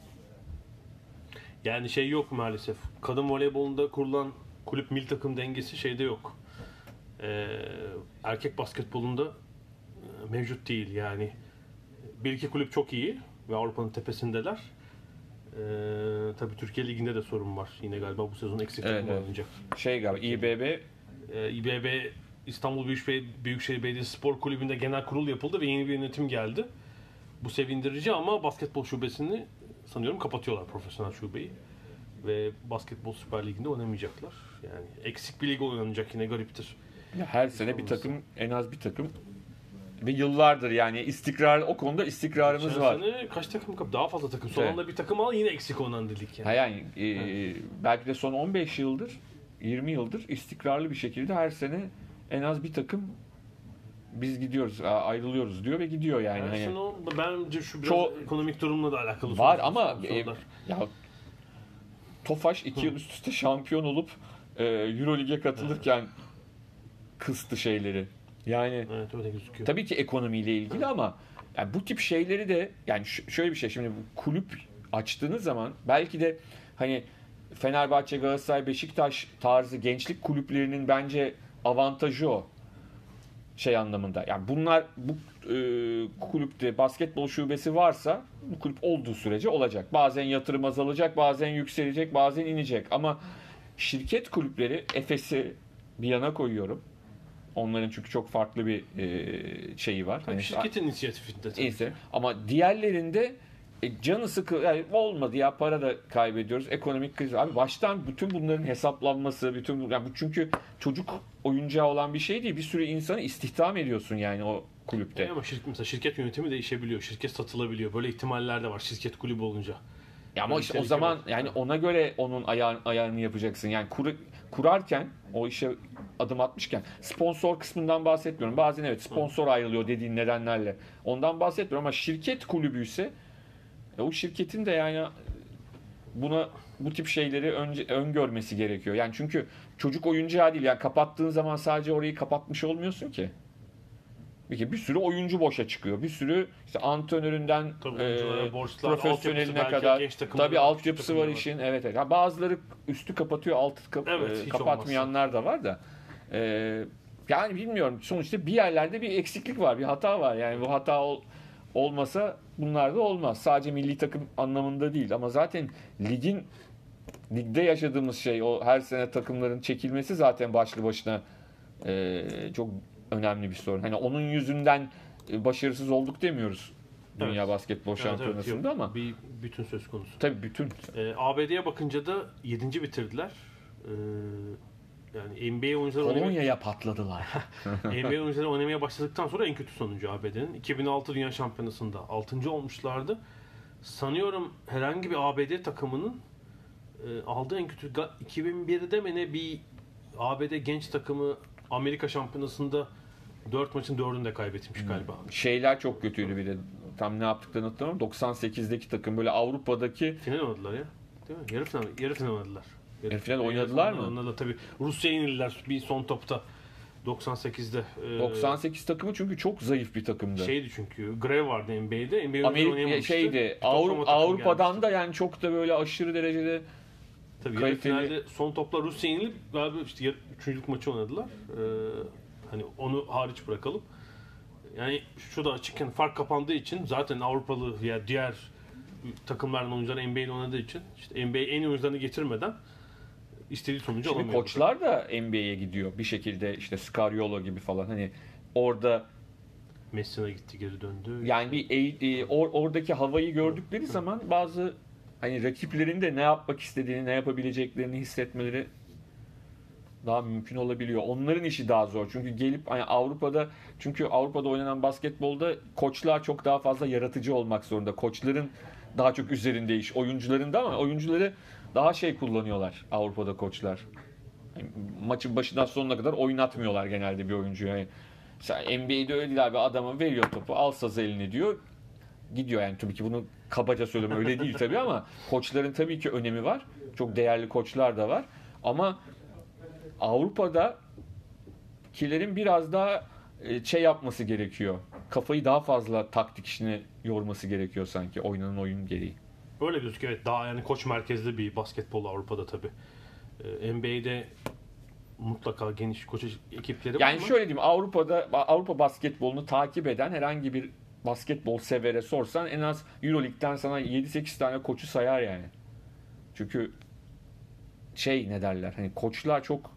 Yani şey yok maalesef. Kadın voleybolunda kurulan kulüp milli takım dengesi şeyde yok. Ee, erkek basketbolunda e, mevcut değil yani. Bir iki kulüp çok iyi ve Avrupa'nın tepesindeler. Ee, tabii Türkiye Ligi'nde de sorun var. Yine galiba bu sezon eksik Evet, takım evet. oynayacak. Şey galiba İ B B Ee, İ B B İstanbul Büyükşehir, Büyükşehir Belediyesi Spor Kulübü'nde genel kurul yapıldı ve yeni bir yönetim geldi. Bu sevindirici ama basketbol şubesini sanıyorum kapatıyorlar, profesyonel şubeyi. Ve basketbol Süper Ligi'nde oynamayacaklar. Yani eksik bir lig oynanacak yine gariptir. her sene bir takım en az bir takım ve yıllardır yani istikrar o konuda istikrarımız Geçen var. sene kaç takım kap? Daha fazla takım. Son Evet. anda bir takım al yine eksik oynan dedik yani. Ha yani e, belki de son on beş yıldır, yirmi yıldır istikrarlı bir şekilde her sene en az bir takım biz gidiyoruz, a- ayrılıyoruz diyor ve gidiyor yani. Yani Hani şimdi o- bence şu biraz Ço- ekonomik durumla da alakalı. var sorun- ama e, sorunlar. ya Tofaş iki yıl üst üste şampiyon olup e, Euroleague'e katılırken kıstı şeyleri. Yani Evet öyle gözüküyor. tabii ki ekonomiyle ilgili ama yani bu tip şeyleri de yani ş- şöyle bir şey şimdi bu kulüp açtığınız zaman belki de hani Fenerbahçe, Galatasaray, Beşiktaş tarzı gençlik kulüplerinin bence avantajı o. Şey anlamında. Yani bunlar bu e, kulüpte basketbol şubesi varsa bu kulüp olduğu sürece olacak. Bazen yatırım azalacak, bazen yükselecek, bazen inecek. Ama şirket kulüpleri, Efes'i bir yana koyuyorum. Onların çünkü çok farklı bir e, şeyi var. Hani şirketin inisiyatifinde. Neyse. Ama diğerlerinde e, canı sıkı yani olmadı ya, para da kaybediyoruz, ekonomik kriz. Abi baştan bütün bunların hesaplanması, bütün bu, yani bu çünkü çocuk oyuncağı olan bir şey değil. Bir sürü insanı istihdam ediyorsun yani o kulüpte. E ama şirket, mesela şirket yönetimi değişebiliyor. Şirket satılabiliyor. Böyle ihtimaller de var şirket kulübü olunca. Ya ama Böyle işte o tehlike zaman var. yani ona göre onun ayar, ayarını yapacaksın. Yani kur, kurarken o işe adım atmışken sponsor kısmından bahsetmiyorum. Bazen evet sponsor ayrılıyor dediğin nedenlerle. Ondan bahsetmiyorum ama şirket kulübü ise e, o şirketin de yani buna bu tip şeyleri önce öngörmesi gerekiyor. Yani çünkü çocuk oyuncağı değil. Yani kapattığın zaman sadece orayı kapatmış olmuyorsun ki. Bir, bir sürü oyuncu boşa çıkıyor. Bir sürü işte antrenöründen Tabii e, oyunculara borçlar, profesyoneline altyapısı, kadar. genç takımlara, Tabii altyapısı küçük var takımlara. işin. Evet, evet. Ha, bazıları üstü kapatıyor, altı kap- Evet, e, hiç kapatmayanlar da var da. E, yani bilmiyorum. Sonuçta bir yerlerde bir eksiklik var, bir hata var. Yani bu hata ol, olmasa bunlar da olmaz. Sadece milli takım anlamında değil ama zaten ligin ligde yaşadığımız şey, o her sene takımların çekilmesi zaten başlı başına e, çok önemli bir sorun. Hani onun yüzünden e, başarısız olduk demiyoruz Dünya Evet. Basketbol Evet, evet, Şampiyonası'nda yok. ama Bir bütün söz konusu. tabii bütün Ee, A B D'ye bakınca da yedinci bitirdiler. Ee, yani N B A oyuncuları oynamaya, Polonya'ya patladılar. N B A oyuncuları oynamaya başladıktan sonra en kötü sonuncu A B D'nin. iki bin altı Dünya Şampiyonası'nda altıncı olmuşlardı. Sanıyorum herhangi bir A B D takımının e, aldığı en kötü ga- iki bin birde mi ne bir A B D genç takımı Amerika Şampiyonası'nda dört maçın dördünü de kaybetmiş galiba. Şeyler çok kötüydü bir de. Tam ne yaptıklarını hatırlamıyorum. doksan sekizdeki takım böyle Avrupa'daki Final oynadılar ya. Değil mi? Yarı final, yarı final oynadılar. Yarı final oynadılar mı? Oynadılar tabii. Rusya'ya yenildiler bir son topta. doksan sekizde. Ee, doksan sekiz takımı çünkü çok zayıf bir takımdı. Şeydi çünkü grev vardı N B A'de. N B A oyuncuları Amerika oynayamamıştı. şeydi Toplama Avrupa, takım Avrupa'dan gelmişti. da yani çok da böyle aşırı derecede Tabii yarı kaliteli- finalde son topla Rusya yenilip galiba işte yarı, üçüncülük maçı oynadılar. Ee, hani onu hariç bırakalım. Yani şu da açıkken fark kapandığı için zaten Avrupalı ya diğer takımların oyuncuları N B A'de oynadığı için işte N B A en iyi oyuncularını getirmeden istediği sonucu Şimdi alamıyor. koçlar da N B A'ye gidiyor bir şekilde, işte Scariolo gibi falan, hani orada Messi'ne gitti, geri döndü. yani bir e- e- or- oradaki havayı gördükleri zaman bazı hani rakiplerin de ne yapmak istediğini, ne yapabileceklerini hissetmeleri daha mümkün olabiliyor. Onların işi daha zor. Çünkü gelip hani Avrupa'da, çünkü Avrupa'da oynanan basketbolda koçlar çok daha fazla yaratıcı olmak zorunda. Koçların daha çok üzerinde iş. Oyuncuların da, ama oyuncuları daha şey kullanıyorlar Avrupa'da koçlar. Yani maçın başından sonuna kadar oynatmıyorlar genelde bir oyuncuyu. Yani mesela N B A'de öyle değil abi, adama veriyor topu, al sazı eline diyor, gidiyor. Yani tabii ki bunu kabaca söyleme, öyle değil tabii, ama koçların tabii ki önemi var. Çok değerli koçlar da var. Ama Avrupa'da kilerin biraz daha e, şey yapması gerekiyor. Kafayı daha fazla taktik işine yorması gerekiyor sanki, oynanan oyun gereği. Böyle gözüküyor. Evet, daha yani koç merkezli bir basketbol Avrupa'da tabii. Ee, N B A'de mutlaka geniş koç ekipleri var Yani ama şöyle diyeyim, Avrupa'da Avrupa basketbolunu takip eden herhangi bir basketbol severe sorsan en az EuroLeague'den sana yedi sekiz tane koçu sayar yani. Çünkü şey ne derler, hani koçlar çok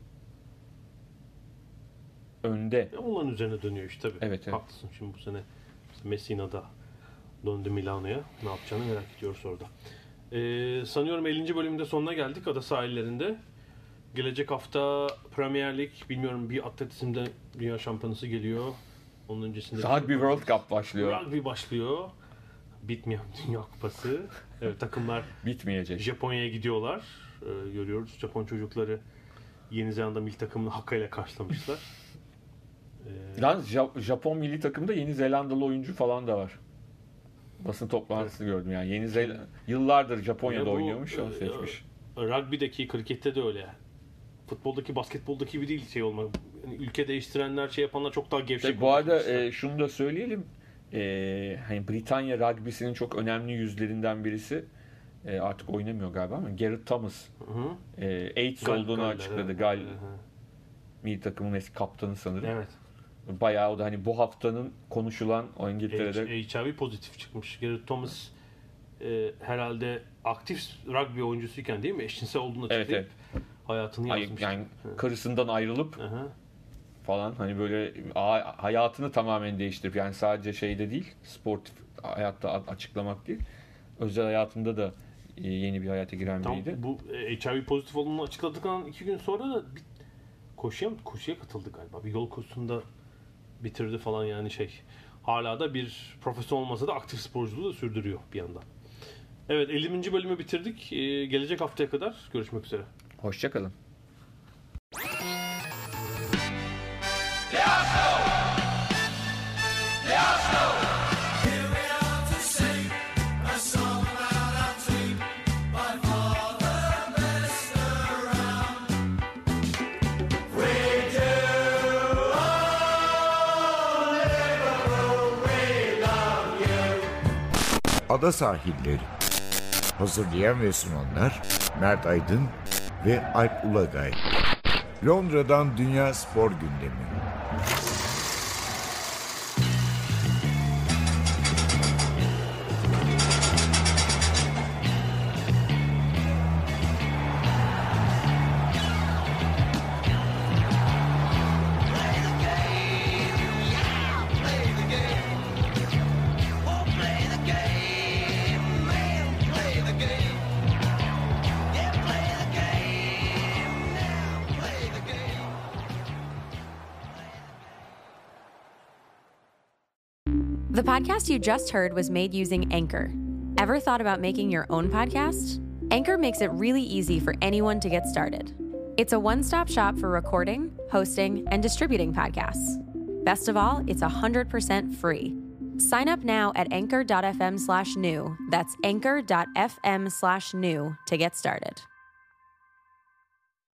önde. onların üzerine dönüyor işte tabii. Evet, evet. Haklısın. Şimdi bu sene Messina'da döndü Milano'ya. Ne yapacağını merak ediyoruz orada. Ee, sanıyorum ellinci bölümde sonuna geldik ada sahillerinde. Gelecek hafta Premier Lig, bilmiyorum, bir atletizmde dünya şampiyonası geliyor. Onun öncesinde Rugby World Cup başlıyor. Rugby başlıyor. Bitmeyen Dünya Kupası. Evet, takımlar Bitmeyecek. Japonya'ya gidiyorlar. Ee, görüyoruz. Japon çocukları Yeni Zelanda milli takımını hakkıyla karşılamışlar. Ee, Yalnız Ja- Japon milli takımda Yeni Zelandalı oyuncu falan da var. Basın toplantısını gördüm yani. Yeni Zelanda yıllardır Japonya'da Ya bu, oynuyormuş, onu e, seçmiş. Rugby'deki, krikette de öyle. Futboldaki, basketboldaki gibi değil şey olmak. Yani ülke değiştirenler, şey yapanlar çok daha gevşek. Tabii bu arada olmak ister. e, şunu da söyleyelim. E, hani Britanya rugby'sinin çok önemli yüzlerinden birisi, e, artık oynamıyor galiba ama Garrett Thomas Hı hı. e, AIDS Gal- olduğunu Galler, açıkladı. evet. Gal Hı hı. milli takımın eski kaptanı sanırım. Evet. bayağı o da hani bu haftanın konuşulan o İngiltere'de H I V pozitif çıkmış. Garrett Thomas e, herhalde aktif rugby oyuncusuyken değil mi? Eşcinsel olduğunu açıklayıp evet, evet. hayatını yazmış. Yani karısından ayrılıp Aha. falan hani böyle hayatını tamamen değiştirip yani sadece şeyde değil, sportif hayatta açıklamak değil, özel hayatında da yeni bir hayata giren Tam biriydi. bu H I V pozitif olduğunu açıkladıktan iki gün sonra da bir koşuya koşuya katıldı galiba. Bir yol koşusunda bitirdi falan yani şey. Hala da bir profesyonel olmasa da aktif sporculuğu da sürdürüyor bir yandan. Evet, ellinci bölümü bitirdik. Ee, gelecek haftaya kadar görüşmek üzere. Hoşça kalın. Ada Sahilleri. Hazırlayan ve sunanlar Mert Aydın ve Alp Ulagay. Londra'dan Dünya Spor Gündemi. The podcast you just heard was made using Anchor. Ever thought about making your own podcast? Anchor makes it really easy for anyone to get started. It's a one-stop shop for recording, hosting, and distributing podcasts. Best of all, it's one hundred percent free. Sign up now at anchor.fm slash new. That's anchor.fm slash new to get started.